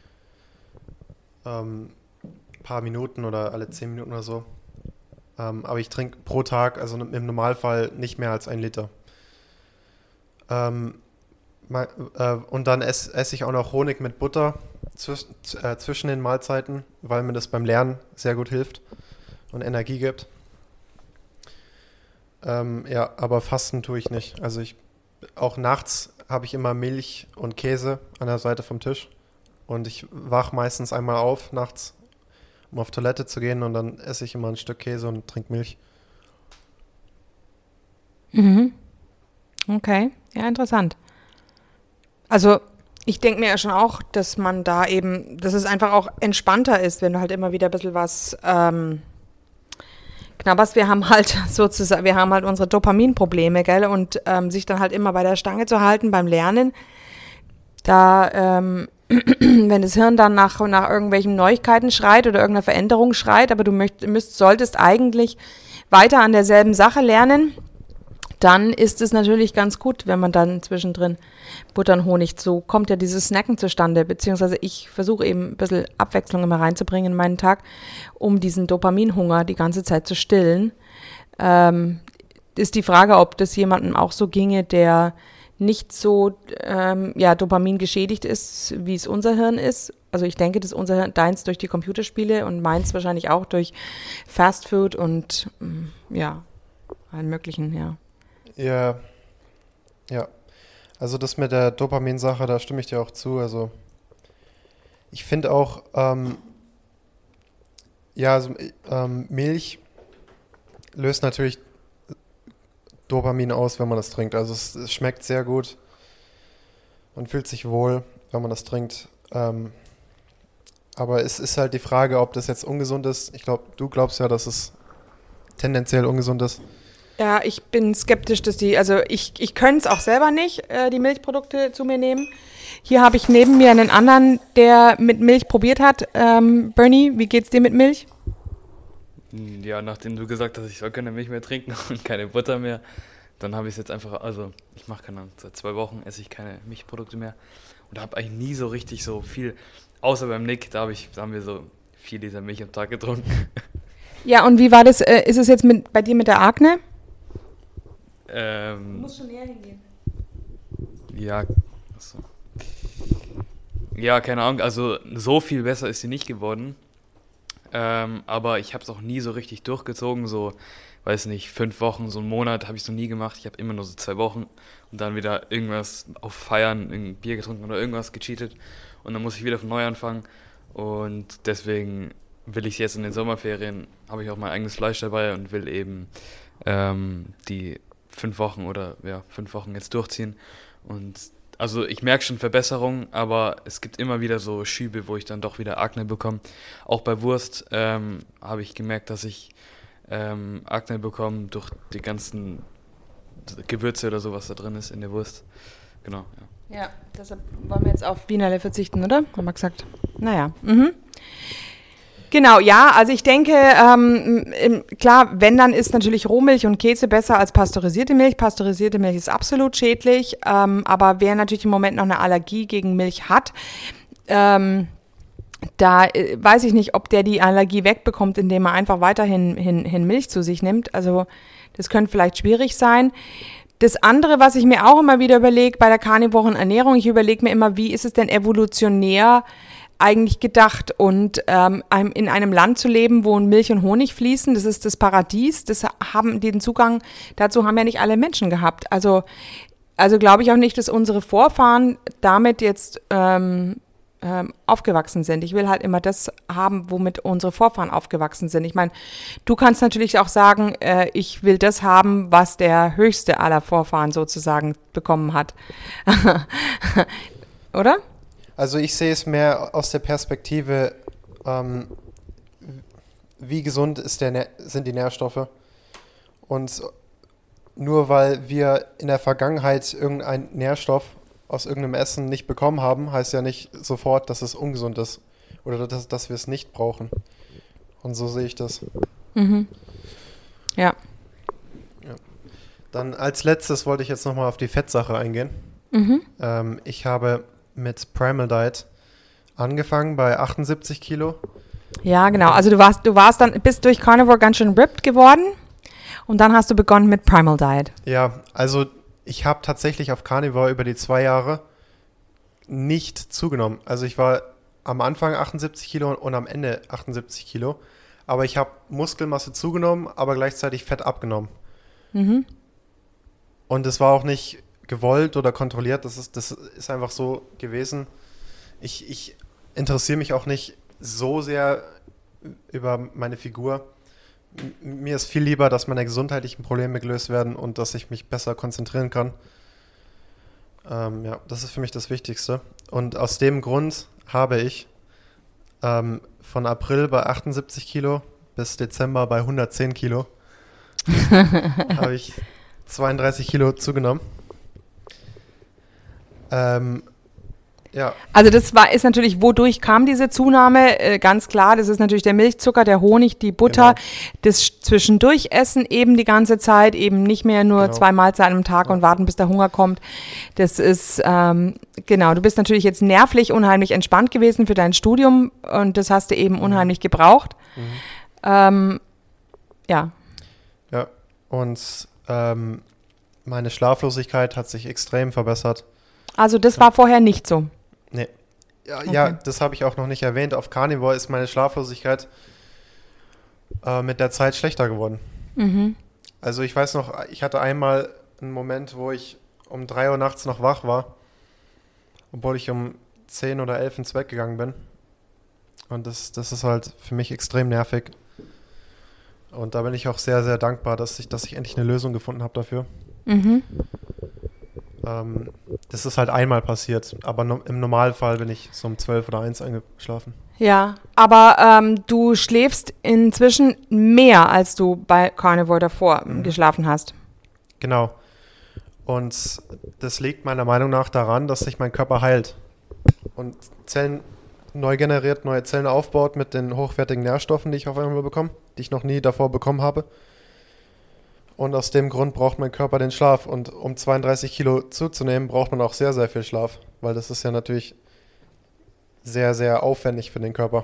S3: ähm, paar Minuten oder alle zehn Minuten oder so. Ähm, aber ich trinke pro Tag, also im Normalfall nicht mehr als ein Liter. Ähm, ma- äh, und dann esse ess ich auch noch Honig mit Butter zwisch, äh, zwischen den Mahlzeiten, weil mir das beim Lernen sehr gut hilft und Energie gibt. Ähm, ja, aber Fasten tue ich nicht. Also ich, auch nachts habe ich immer Milch und Käse an der Seite vom Tisch. Und ich wach meistens einmal auf nachts, um auf Toilette zu gehen, und dann esse ich immer ein Stück Käse und trinke Milch.
S2: Mhm. Okay, ja, interessant. Also ich denke mir ja schon auch, dass man da eben, dass es einfach auch entspannter ist, wenn du halt immer wieder ein bisschen was ähm, knabberst. Wir haben halt sozusagen, wir haben halt unsere Dopaminprobleme, gell? Und ähm, sich dann halt immer bei der Stange zu halten beim Lernen, da ähm, wenn das Hirn dann nach, nach irgendwelchen Neuigkeiten schreit oder irgendeiner Veränderung schreit, aber du möcht, müsst, solltest eigentlich weiter an derselben Sache lernen, dann ist es natürlich ganz gut, wenn man dann zwischendrin Butter und Honig, so kommt ja dieses Snacken zustande, beziehungsweise ich versuche eben ein bisschen Abwechslung immer reinzubringen in meinen Tag, um diesen Dopaminhunger die ganze Zeit zu stillen. Ähm, ist die Frage, ob das jemandem auch so ginge, der nicht so ähm, ja, Dopamin geschädigt ist, wie es unser Hirn ist. Also ich denke, dass unser Hirn, deins durch die Computerspiele und meins wahrscheinlich auch durch Fast Food und ja, allen möglichen, ja.
S3: Ja, ja. Also das mit der Dopaminsache, da stimme ich dir auch zu. Also ich finde auch, ähm, ja, also, ähm, Milch löst natürlich Dopamin aus, wenn man das trinkt. Also es, es schmeckt sehr gut. Man fühlt sich wohl, wenn man das trinkt. Ähm, aber es ist halt die Frage, ob das jetzt ungesund ist. Ich glaube, du glaubst ja, dass es tendenziell ungesund ist.
S2: Ja, ich bin skeptisch, dass die, also ich, ich könnte es auch selber nicht, äh, die Milchprodukte zu mir nehmen. Hier habe ich neben mir einen anderen, der mit Milch probiert hat. Ähm, Bernie, wie geht's dir mit Milch?
S4: Ja, nachdem du gesagt hast, ich soll keine Milch mehr trinken und keine Butter mehr, dann habe ich es jetzt einfach, also ich mache keine Ahnung, seit zwei Wochen esse ich keine Milchprodukte mehr und habe eigentlich nie so richtig so viel, außer beim Nick, da, hab ich, da haben wir so vier Liter Milch am Tag getrunken.
S2: Ja, und wie war das, äh, ist es jetzt mit, bei dir mit der Akne?
S4: Ähm,
S2: Du musst schon näher hingehen.
S4: ja, achso. Ja, keine Ahnung, also so viel besser ist sie nicht geworden. Ähm, aber ich habe es auch nie so richtig durchgezogen, so, weiß nicht, fünf Wochen, so einen Monat habe ich es noch nie gemacht. Ich habe immer nur so zwei Wochen und dann wieder irgendwas auf Feiern, ein Bier getrunken oder irgendwas gecheatet und dann muss ich wieder von neu anfangen und deswegen will ich jetzt in den Sommerferien, habe ich auch mein eigenes Fleisch dabei und will eben ähm, die fünf Wochen oder ja, fünf Wochen jetzt durchziehen und also ich merke schon Verbesserungen, aber es gibt immer wieder so Schübe, wo ich dann doch wieder Akne bekomme. Auch bei Wurst ähm, habe ich gemerkt, dass ich ähm, Akne bekomme durch die ganzen Gewürze oder so, was da drin ist in der Wurst. Genau, ja.
S2: Ja, deshalb wollen wir jetzt auf Wienerle verzichten, oder? Haben wir gesagt. Naja, mhm. Genau, ja, also ich denke, ähm, im, klar, wenn, dann ist natürlich Rohmilch und Käse besser als pasteurisierte Milch. Pasteurisierte Milch ist absolut schädlich, ähm, aber wer natürlich im Moment noch eine Allergie gegen Milch hat, ähm, da äh, weiß ich nicht, ob der die Allergie wegbekommt, indem er einfach weiterhin hin, hin Milch zu sich nimmt. Also das könnte vielleicht schwierig sein. Das andere, was ich mir auch immer wieder überlege bei der karnivoren Ernährung, ich überlege mir immer, wie ist es denn evolutionär eigentlich gedacht und ähm, in einem Land zu leben, wo Milch und Honig fließen, das ist das Paradies, das haben den Zugang dazu haben ja nicht alle Menschen gehabt. Also, also glaube ich auch nicht, dass unsere Vorfahren damit jetzt ähm, ähm, aufgewachsen sind. Ich will halt immer das haben, womit unsere Vorfahren aufgewachsen sind. Ich meine, du kannst natürlich auch sagen, äh, ich will das haben, was der höchste aller Vorfahren sozusagen bekommen hat. Oder?
S3: Also ich sehe es mehr aus der Perspektive, ähm, wie gesund ist der, sind die Nährstoffe. Und nur weil wir in der Vergangenheit irgendeinen Nährstoff aus irgendeinem Essen nicht bekommen haben, heißt ja nicht sofort, dass es ungesund ist oder dass, dass wir es nicht brauchen. Und so sehe ich das.
S2: Mhm. Ja.
S3: Ja. Dann als letztes wollte ich jetzt nochmal auf die Fettsache eingehen.
S2: Mhm.
S3: Ähm, ich habe mit Primal Diet angefangen bei achtundsiebzig Kilo.
S2: Ja, genau. Also du warst, du warst dann, bist durch Carnivore ganz schön ripped geworden und dann hast du begonnen mit Primal Diet.
S3: Ja, also ich habe tatsächlich auf Carnivore über die zwei Jahre nicht zugenommen. Also ich war am Anfang achtundsiebzig Kilo und am Ende achtundsiebzig Kilo. Aber ich habe Muskelmasse zugenommen, aber gleichzeitig Fett abgenommen.
S2: Mhm.
S3: Und es war auch nicht gewollt oder kontrolliert, das ist, das ist einfach so gewesen. Ich, ich interessiere mich auch nicht so sehr über meine Figur. M- mir ist viel lieber, dass meine gesundheitlichen Probleme gelöst werden und dass ich mich besser konzentrieren kann. Ähm, ja, das ist für mich das Wichtigste. Und aus dem Grund habe ich ähm, von April bei achtundsiebzig Kilo bis Dezember bei hundertzehn Kilo habe ich zweiunddreißig Kilo zugenommen. Ähm, ja.
S2: Also das war, ist natürlich, wodurch kam diese Zunahme? Äh, ganz klar, das ist natürlich der Milchzucker, der Honig, die Butter,
S3: Genau.
S2: das Zwischendurchessen eben die ganze Zeit, eben nicht mehr nur
S3: Genau.
S2: zwei Mahlzeiten am Tag und warten, bis der Hunger kommt. Das ist, ähm, genau, du bist natürlich jetzt nervlich unheimlich entspannt gewesen für dein Studium und das hast du eben
S3: Mhm.
S2: unheimlich gebraucht.
S3: Mhm.
S2: Ähm, ja.
S3: Ja, und ähm, meine Schlaflosigkeit hat sich extrem verbessert.
S2: Also das war vorher nicht so.
S3: Nee. Ja,
S2: Okay.
S3: ja, das habe ich auch noch nicht erwähnt. Auf Carnivore ist meine Schlaflosigkeit äh, mit der Zeit schlechter geworden.
S2: Mhm.
S3: Also ich weiß noch, ich hatte einmal einen Moment, wo ich um drei Uhr nachts noch wach war, obwohl ich um zehn oder elf ins Bett gegangen bin. Und das, das ist halt für mich extrem nervig. Und da bin ich auch sehr, sehr dankbar, dass ich, dass ich endlich eine Lösung gefunden habe dafür.
S2: Mhm.
S3: Ähm, das ist halt einmal passiert, aber no, im Normalfall bin ich so um zwölf oder eins eingeschlafen.
S2: Ja, aber ähm, du schläfst inzwischen mehr, als du bei Carnivore davor
S3: Mhm.
S2: geschlafen hast.
S3: Genau. Und das liegt meiner Meinung nach daran, dass sich mein Körper heilt und Zellen neu generiert, neue Zellen aufbaut mit den hochwertigen Nährstoffen, die ich auf einmal bekomme, die ich noch nie davor bekommen habe. Und aus dem Grund braucht mein Körper den Schlaf. Und um zweiunddreißig Kilo zuzunehmen, braucht man auch sehr, sehr viel Schlaf. weil das ist ja natürlich sehr, sehr aufwendig für den Körper.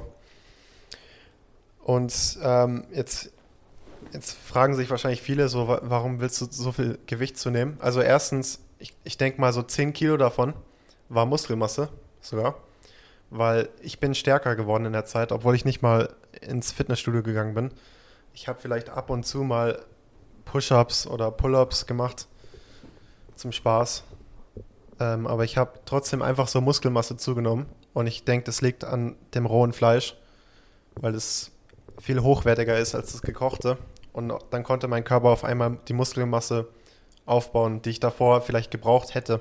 S3: Und ähm, jetzt, jetzt fragen sich wahrscheinlich viele so, wa- warum willst du so viel Gewicht zunehmen? Also erstens, ich, ich denke mal so zehn Kilo davon war Muskelmasse sogar, weil ich bin stärker geworden in der Zeit, obwohl ich nicht mal ins Fitnessstudio gegangen bin. Ich habe vielleicht ab und zu mal Push-Ups oder Pull-Ups gemacht zum Spaß, ähm, aber ich habe trotzdem einfach so Muskelmasse zugenommen und ich denke, das liegt an dem rohen Fleisch, weil es viel hochwertiger ist als das gekochte und dann konnte mein Körper auf einmal die Muskelmasse aufbauen, die ich davor vielleicht gebraucht hätte.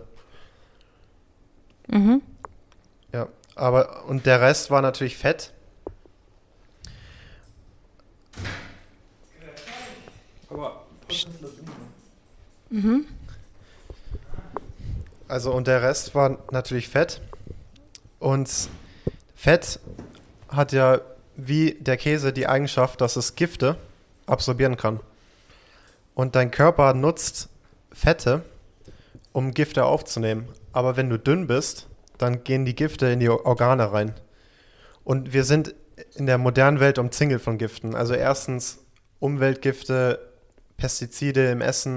S2: Mhm.
S3: Ja, aber und der Rest war natürlich Fett.
S2: Mhm.
S3: Also und der Rest war natürlich Fett. Und Fett hat ja wie der Käse die Eigenschaft, dass es Gifte absorbieren kann. Und dein Körper nutzt Fette, um Gifte aufzunehmen. Aber wenn du dünn bist, dann gehen die Gifte in die Organe rein. Und wir sind in der modernen Welt umzingelt von Giften. Also erstens Umweltgifte, Pestizide im Essen,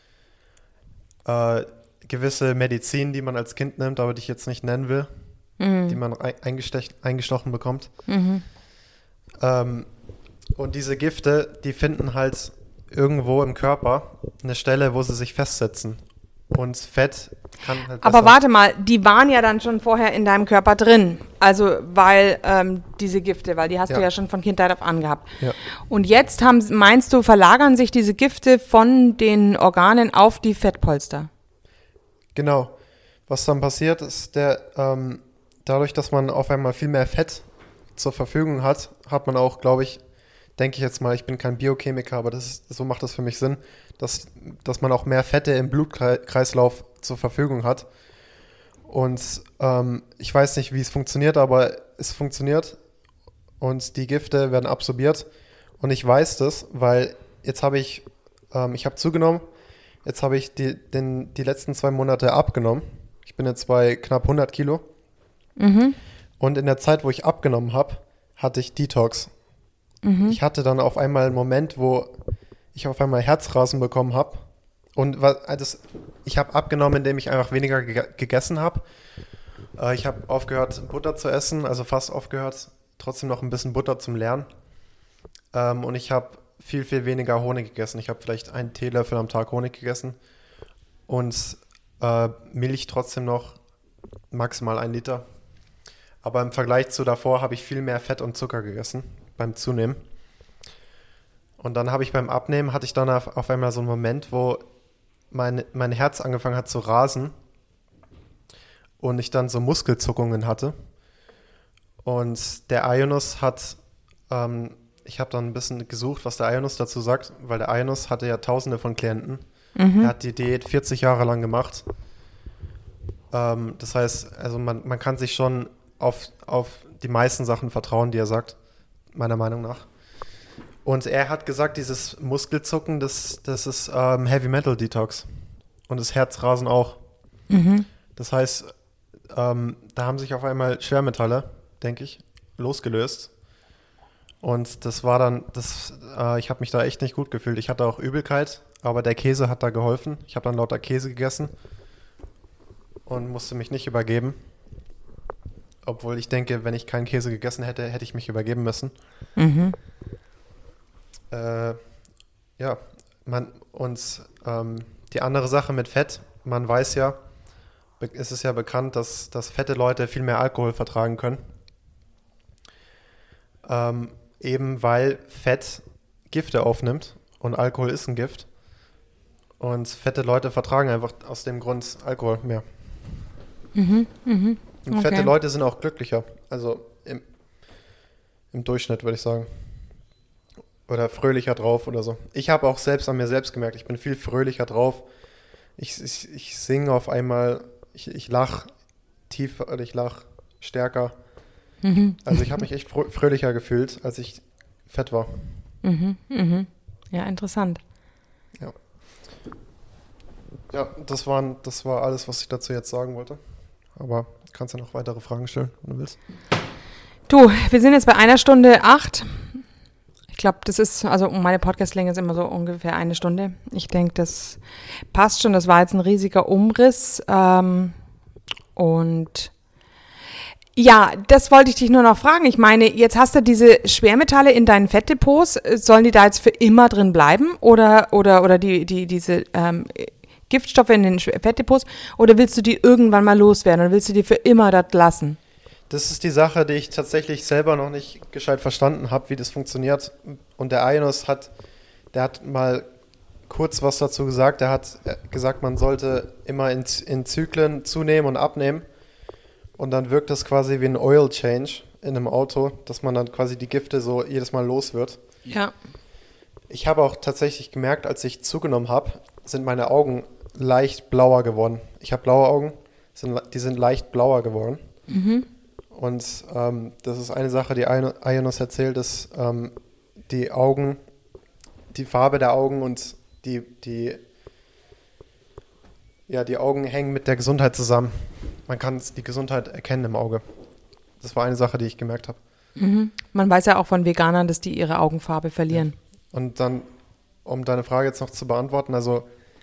S3: äh, gewisse Medizin, die man als Kind nimmt, aber die ich jetzt nicht nennen will,
S2: Mhm.
S3: die man eingestech- eingestochen bekommt.
S2: Mhm.
S3: Ähm, und diese Gifte, die finden halt irgendwo im Körper eine Stelle, wo sie sich festsetzen. Und Fett kann halt
S2: Aber
S3: besser-
S2: warte mal, die waren ja dann schon vorher in deinem Körper drin. Also, weil ähm, diese Gifte, weil die hast
S3: Ja.
S2: du ja schon von Kindheit auf angehabt.
S3: Ja.
S2: Und jetzt haben, meinst du, verlagern sich diese Gifte von den Organen auf die Fettpolster?
S3: Genau. Was dann passiert, ist, der, ähm, dadurch, dass man auf einmal viel mehr Fett zur Verfügung hat, hat man auch, glaube ich, denke ich jetzt mal, ich bin kein Biochemiker, aber das ist, so macht das für mich Sinn, dass, dass man auch mehr Fette im Blutkreislauf zur Verfügung hat. Und ähm, ich weiß nicht, wie es funktioniert, aber es funktioniert und die Gifte werden absorbiert. Und ich weiß das, weil jetzt habe ich, ähm, ich habe zugenommen, jetzt habe ich die, den, die letzten zwei Monate abgenommen. Ich bin jetzt bei knapp hundert Kilo.
S2: Mhm.
S3: Und in der Zeit, wo ich abgenommen habe, hatte ich Detox.
S2: Mhm.
S3: Ich hatte dann auf einmal einen Moment, wo ich auf einmal Herzrasen bekommen habe. Und was, das, ich habe abgenommen, indem ich einfach weniger ge- gegessen habe. Äh, ich habe aufgehört, Butter zu essen, also fast aufgehört. Trotzdem noch ein bisschen Butter zum Lernen. Ähm, und ich habe viel, viel weniger Honig gegessen. Ich habe vielleicht einen Teelöffel am Tag Honig gegessen. Und äh, Milch trotzdem noch maximal ein Liter. Aber im Vergleich zu davor habe ich viel mehr Fett und Zucker gegessen beim Zunehmen. Und dann habe ich beim Abnehmen, hatte ich dann auf, auf einmal so einen Moment, wo mein, mein Herz angefangen hat zu rasen und ich dann so Muskelzuckungen hatte. Und der Ionus hat, ähm, ich habe dann ein bisschen gesucht, was der Ionus dazu sagt, weil der Ionus hatte ja tausende von Klienten.
S2: Mhm.
S3: Er hat die Diät vierzig Jahre lang gemacht. Ähm, das heißt, also man, man kann sich schon auf, auf die meisten Sachen vertrauen, die er sagt, meiner Meinung nach. Und er hat gesagt, dieses Muskelzucken, das, das ist ähm, Heavy Metal Detox. Und das Herzrasen auch.
S2: Mhm.
S3: Das heißt, ähm, da haben sich auf einmal Schwermetalle, denke ich, losgelöst. Und das war dann, das, äh, ich habe mich da echt nicht gut gefühlt. Ich hatte auch Übelkeit, aber der Käse hat da geholfen. Ich habe dann lauter Käse gegessen und musste mich nicht übergeben. Obwohl ich denke, wenn ich keinen Käse gegessen hätte, hätte ich mich übergeben müssen.
S2: Mhm.
S3: Äh, ja, man, und ähm, die andere Sache mit Fett, man weiß ja, be- es ist ja bekannt, dass, dass fette Leute viel mehr Alkohol vertragen können. Ähm, eben weil Fett Gifte aufnimmt und Alkohol ist ein Gift. Und fette Leute vertragen einfach aus dem Grund Alkohol mehr.
S2: Mhm. Mhm.
S3: Und
S2: Okay.
S3: fette Leute sind auch glücklicher. Also im, im Durchschnitt, würde ich sagen. Oder fröhlicher drauf oder so. Ich habe auch selbst an mir selbst gemerkt, ich bin viel fröhlicher drauf. Ich, ich, ich singe auf einmal, ich, ich lache tiefer, oder ich lache stärker.
S2: Mhm.
S3: Also ich habe mich echt frö- fröhlicher gefühlt, als ich fett war.
S2: Mhm. Mhm. Ja, interessant.
S3: Ja, das, waren, das war alles, was ich dazu jetzt sagen wollte. aber du kannst ja noch weitere Fragen stellen, wenn du willst.
S2: Du, wir sind jetzt bei einer Stunde acht. Ich glaube, das ist, also meine Podcastlänge ist immer so ungefähr eine Stunde. Ich denke, das passt schon. Das war jetzt ein riesiger Umriss. Ähm, und ja, das wollte ich dich nur noch fragen. Ich meine, jetzt hast du diese Schwermetalle in deinen Fettdepots. Sollen die da jetzt für immer drin bleiben? Oder, oder, oder die, die, diese ähm, Giftstoffe in den Fettdepots? Oder willst du die irgendwann mal loswerden? Oder willst du die für immer dort lassen?
S3: Das ist die Sache, die ich tatsächlich selber noch nicht gescheit verstanden habe, wie das funktioniert. Und der Ionos hat, der hat mal kurz was dazu gesagt. Der hat gesagt, man sollte immer in, in Zyklen zunehmen und abnehmen. Und dann wirkt das quasi wie ein Oil Change in einem Auto, dass man dann quasi die Gifte so jedes Mal los wird.
S2: Ja.
S3: Ich habe auch tatsächlich gemerkt, als ich zugenommen habe, sind meine Augen leicht blauer geworden. Ich habe blaue Augen, sind, die sind leicht blauer geworden.
S2: Mhm.
S3: Und ähm, das ist eine Sache, die Ionos erzählt, dass ähm, die Augen, die Farbe der Augen und die, die, ja, die Augen hängen mit der Gesundheit zusammen. Man kann die Gesundheit erkennen im Auge. Das war eine Sache, die ich gemerkt habe.
S2: Mhm. Man weiß ja auch von Veganern, dass die ihre Augenfarbe verlieren.
S3: Ja. Und dann, um deine Frage jetzt noch zu beantworten, also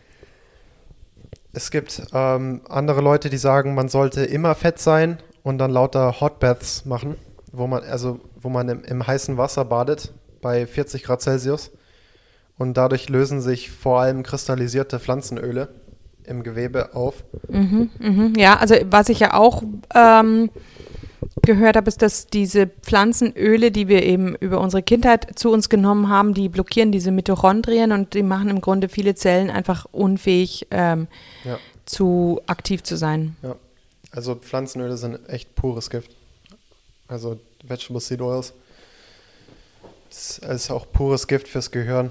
S3: es gibt ähm, andere Leute, die sagen, man sollte immer fett sein und dann lauter Hotbaths machen, wo man, also, wo man im, im heißen Wasser badet, bei vierzig Grad Celsius. Und dadurch lösen sich vor allem kristallisierte Pflanzenöle im Gewebe auf.
S2: Mhm, mhm. Ja, also was ich ja auch ähm, gehört habe, ist, dass diese Pflanzenöle, die wir eben über unsere Kindheit zu uns genommen haben, die blockieren diese Mitochondrien und die machen im Grunde viele Zellen einfach unfähig, ähm,
S3: ja.
S2: zu aktiv zu sein.
S3: Ja. Also Pflanzenöle sind echt pures Gift. Also Vegetable Seed Oils. Das ist auch pures Gift fürs Gehirn.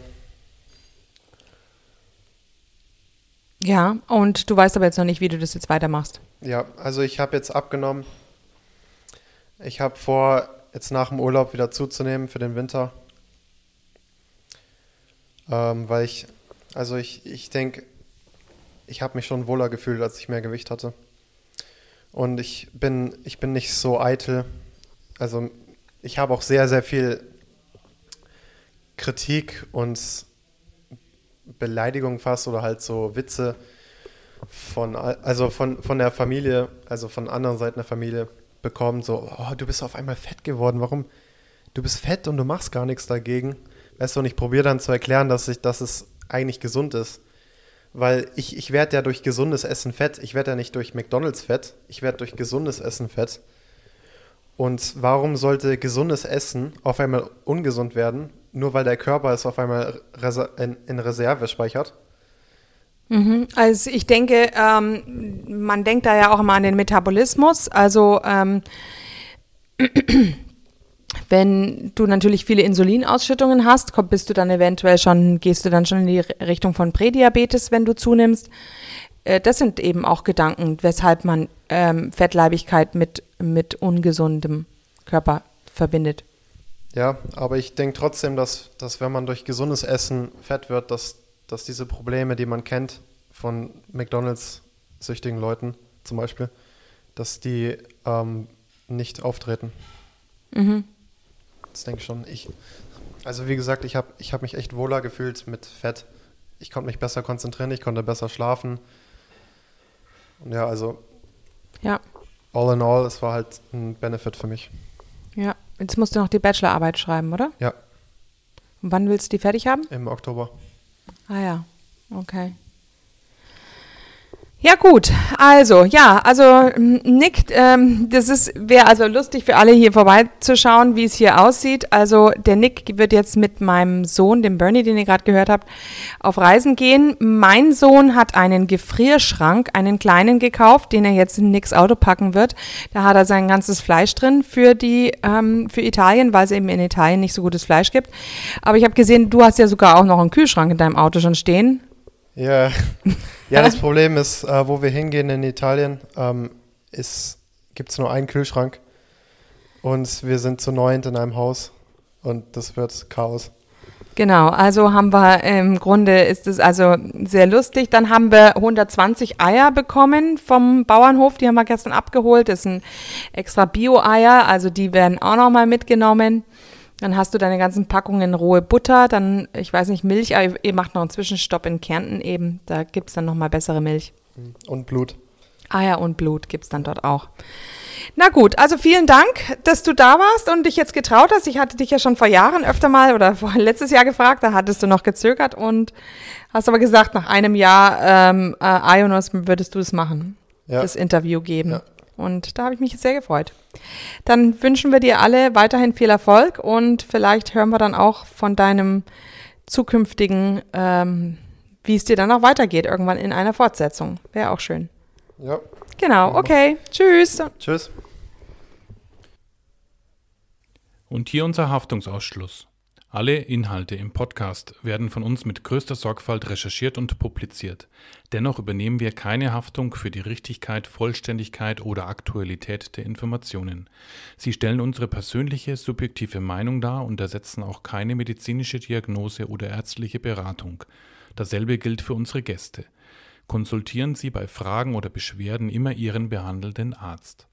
S2: Ja, und du weißt aber jetzt noch nicht, wie du das jetzt weitermachst.
S3: Ja, also ich habe jetzt abgenommen. Ich habe vor, jetzt nach dem Urlaub wieder zuzunehmen für den Winter. Ähm, weil ich, also ich, ich denke, ich habe mich schon wohler gefühlt, als ich mehr Gewicht hatte. Und ich bin, ich bin nicht so eitel. Also ich habe auch sehr, sehr viel Kritik und Beleidigung fast oder halt so Witze von, also von, von der Familie, also von anderen Seiten der Familie bekommen. So, oh, du bist auf einmal fett geworden. Warum? Du bist fett und du machst gar nichts dagegen. Weißt du, und ich probiere dann zu erklären, dass, ich, dass es eigentlich gesund ist. Weil ich, ich werde ja durch gesundes Essen fett. Ich werde ja nicht durch McDonald's fett. Ich werde durch gesundes Essen fett. Und warum sollte gesundes Essen auf einmal ungesund werden, nur weil der Körper es auf einmal Reser- in, in Reserve speichert?
S2: Mhm. Also ich denke, ähm, man denkt da ja auch immer an den Metabolismus. Also ähm, wenn du natürlich viele Insulinausschüttungen hast, komm, bist du dann eventuell schon, gehst du dann schon in die Richtung von Prädiabetes, wenn du zunimmst. Äh, das sind eben auch Gedanken, weshalb man ähm, Fettleibigkeit mit, mit ungesundem Körper verbindet.
S3: Ja, aber ich denke trotzdem, dass, dass wenn man durch gesundes Essen fett wird, dass, dass diese Probleme, die man kennt von McDonald's-süchtigen Leuten zum Beispiel, dass die ähm, nicht auftreten.
S2: Mhm.
S3: Das denke ich schon. Ich, also wie gesagt, ich habe ich hab mich echt wohler gefühlt mit Fett. Ich konnte mich besser konzentrieren, ich konnte besser schlafen. Und ja, also
S2: Ja.
S3: all in all, es war halt ein Benefit für mich.
S2: Ja. Jetzt musst du noch die Bachelorarbeit schreiben, oder?
S3: Ja.
S2: Und wann willst du die fertig haben?
S3: Im Oktober.
S2: Ah ja, okay. Ja gut, also ja, also Nick, ähm, das ist wäre also lustig für alle hier vorbeizuschauen, wie es hier aussieht. Also der Nick wird jetzt mit meinem Sohn, dem Bernie, den ihr gerade gehört habt, auf Reisen gehen. Mein Sohn hat einen Gefrierschrank, einen kleinen gekauft, den er jetzt in Nicks Auto packen wird. Da hat er sein ganzes Fleisch drin für die ähm, für Italien, weil es eben in Italien nicht so gutes Fleisch gibt. Aber ich habe gesehen, du hast ja sogar auch noch einen Kühlschrank in deinem Auto schon stehen.
S3: Ja, ja, das Problem ist, äh, wo wir hingehen in Italien, ähm, gibt es nur einen Kühlschrank und wir sind zu neunt in einem Haus und das wird Chaos.
S2: Genau, also haben wir im Grunde ist es also sehr lustig. Dann haben wir hundertzwanzig Eier bekommen vom Bauernhof, die haben wir gestern abgeholt. Das sind extra Bio-Eier, also die werden auch nochmal mitgenommen. Dann hast du deine ganzen Packungen rohe Butter, dann, ich weiß nicht, Milch, aber ihr macht noch einen Zwischenstopp in Kärnten eben, da gibt es dann nochmal bessere Milch.
S3: Und Blut.
S2: Eier und Blut gibt es dann dort auch. Na gut, also vielen Dank, dass du da warst und dich jetzt getraut hast. Ich hatte dich ja schon vor Jahren öfter mal oder vor, letztes Jahr gefragt, da hattest du noch gezögert und hast aber gesagt, nach einem Jahr ähm, äh, Ionos würdest du es machen,
S3: Ja.
S2: das Interview geben.
S3: Ja.
S2: Und da habe ich mich sehr gefreut. Dann wünschen wir dir alle weiterhin viel Erfolg und vielleicht hören wir dann auch von deinem zukünftigen, ähm, wie es dir dann auch weitergeht, irgendwann in einer Fortsetzung. Wäre auch schön.
S3: Ja.
S2: Genau, okay. Tschüss.
S3: Tschüss.
S1: Und hier unser Haftungsausschluss. Alle Inhalte im Podcast werden von uns mit größter Sorgfalt recherchiert und publiziert. Dennoch übernehmen wir keine Haftung für die Richtigkeit, Vollständigkeit oder Aktualität der Informationen. Sie stellen unsere persönliche, subjektive Meinung dar und ersetzen auch keine medizinische Diagnose oder ärztliche Beratung. Dasselbe gilt für unsere Gäste. Konsultieren Sie bei Fragen oder Beschwerden immer Ihren behandelnden Arzt.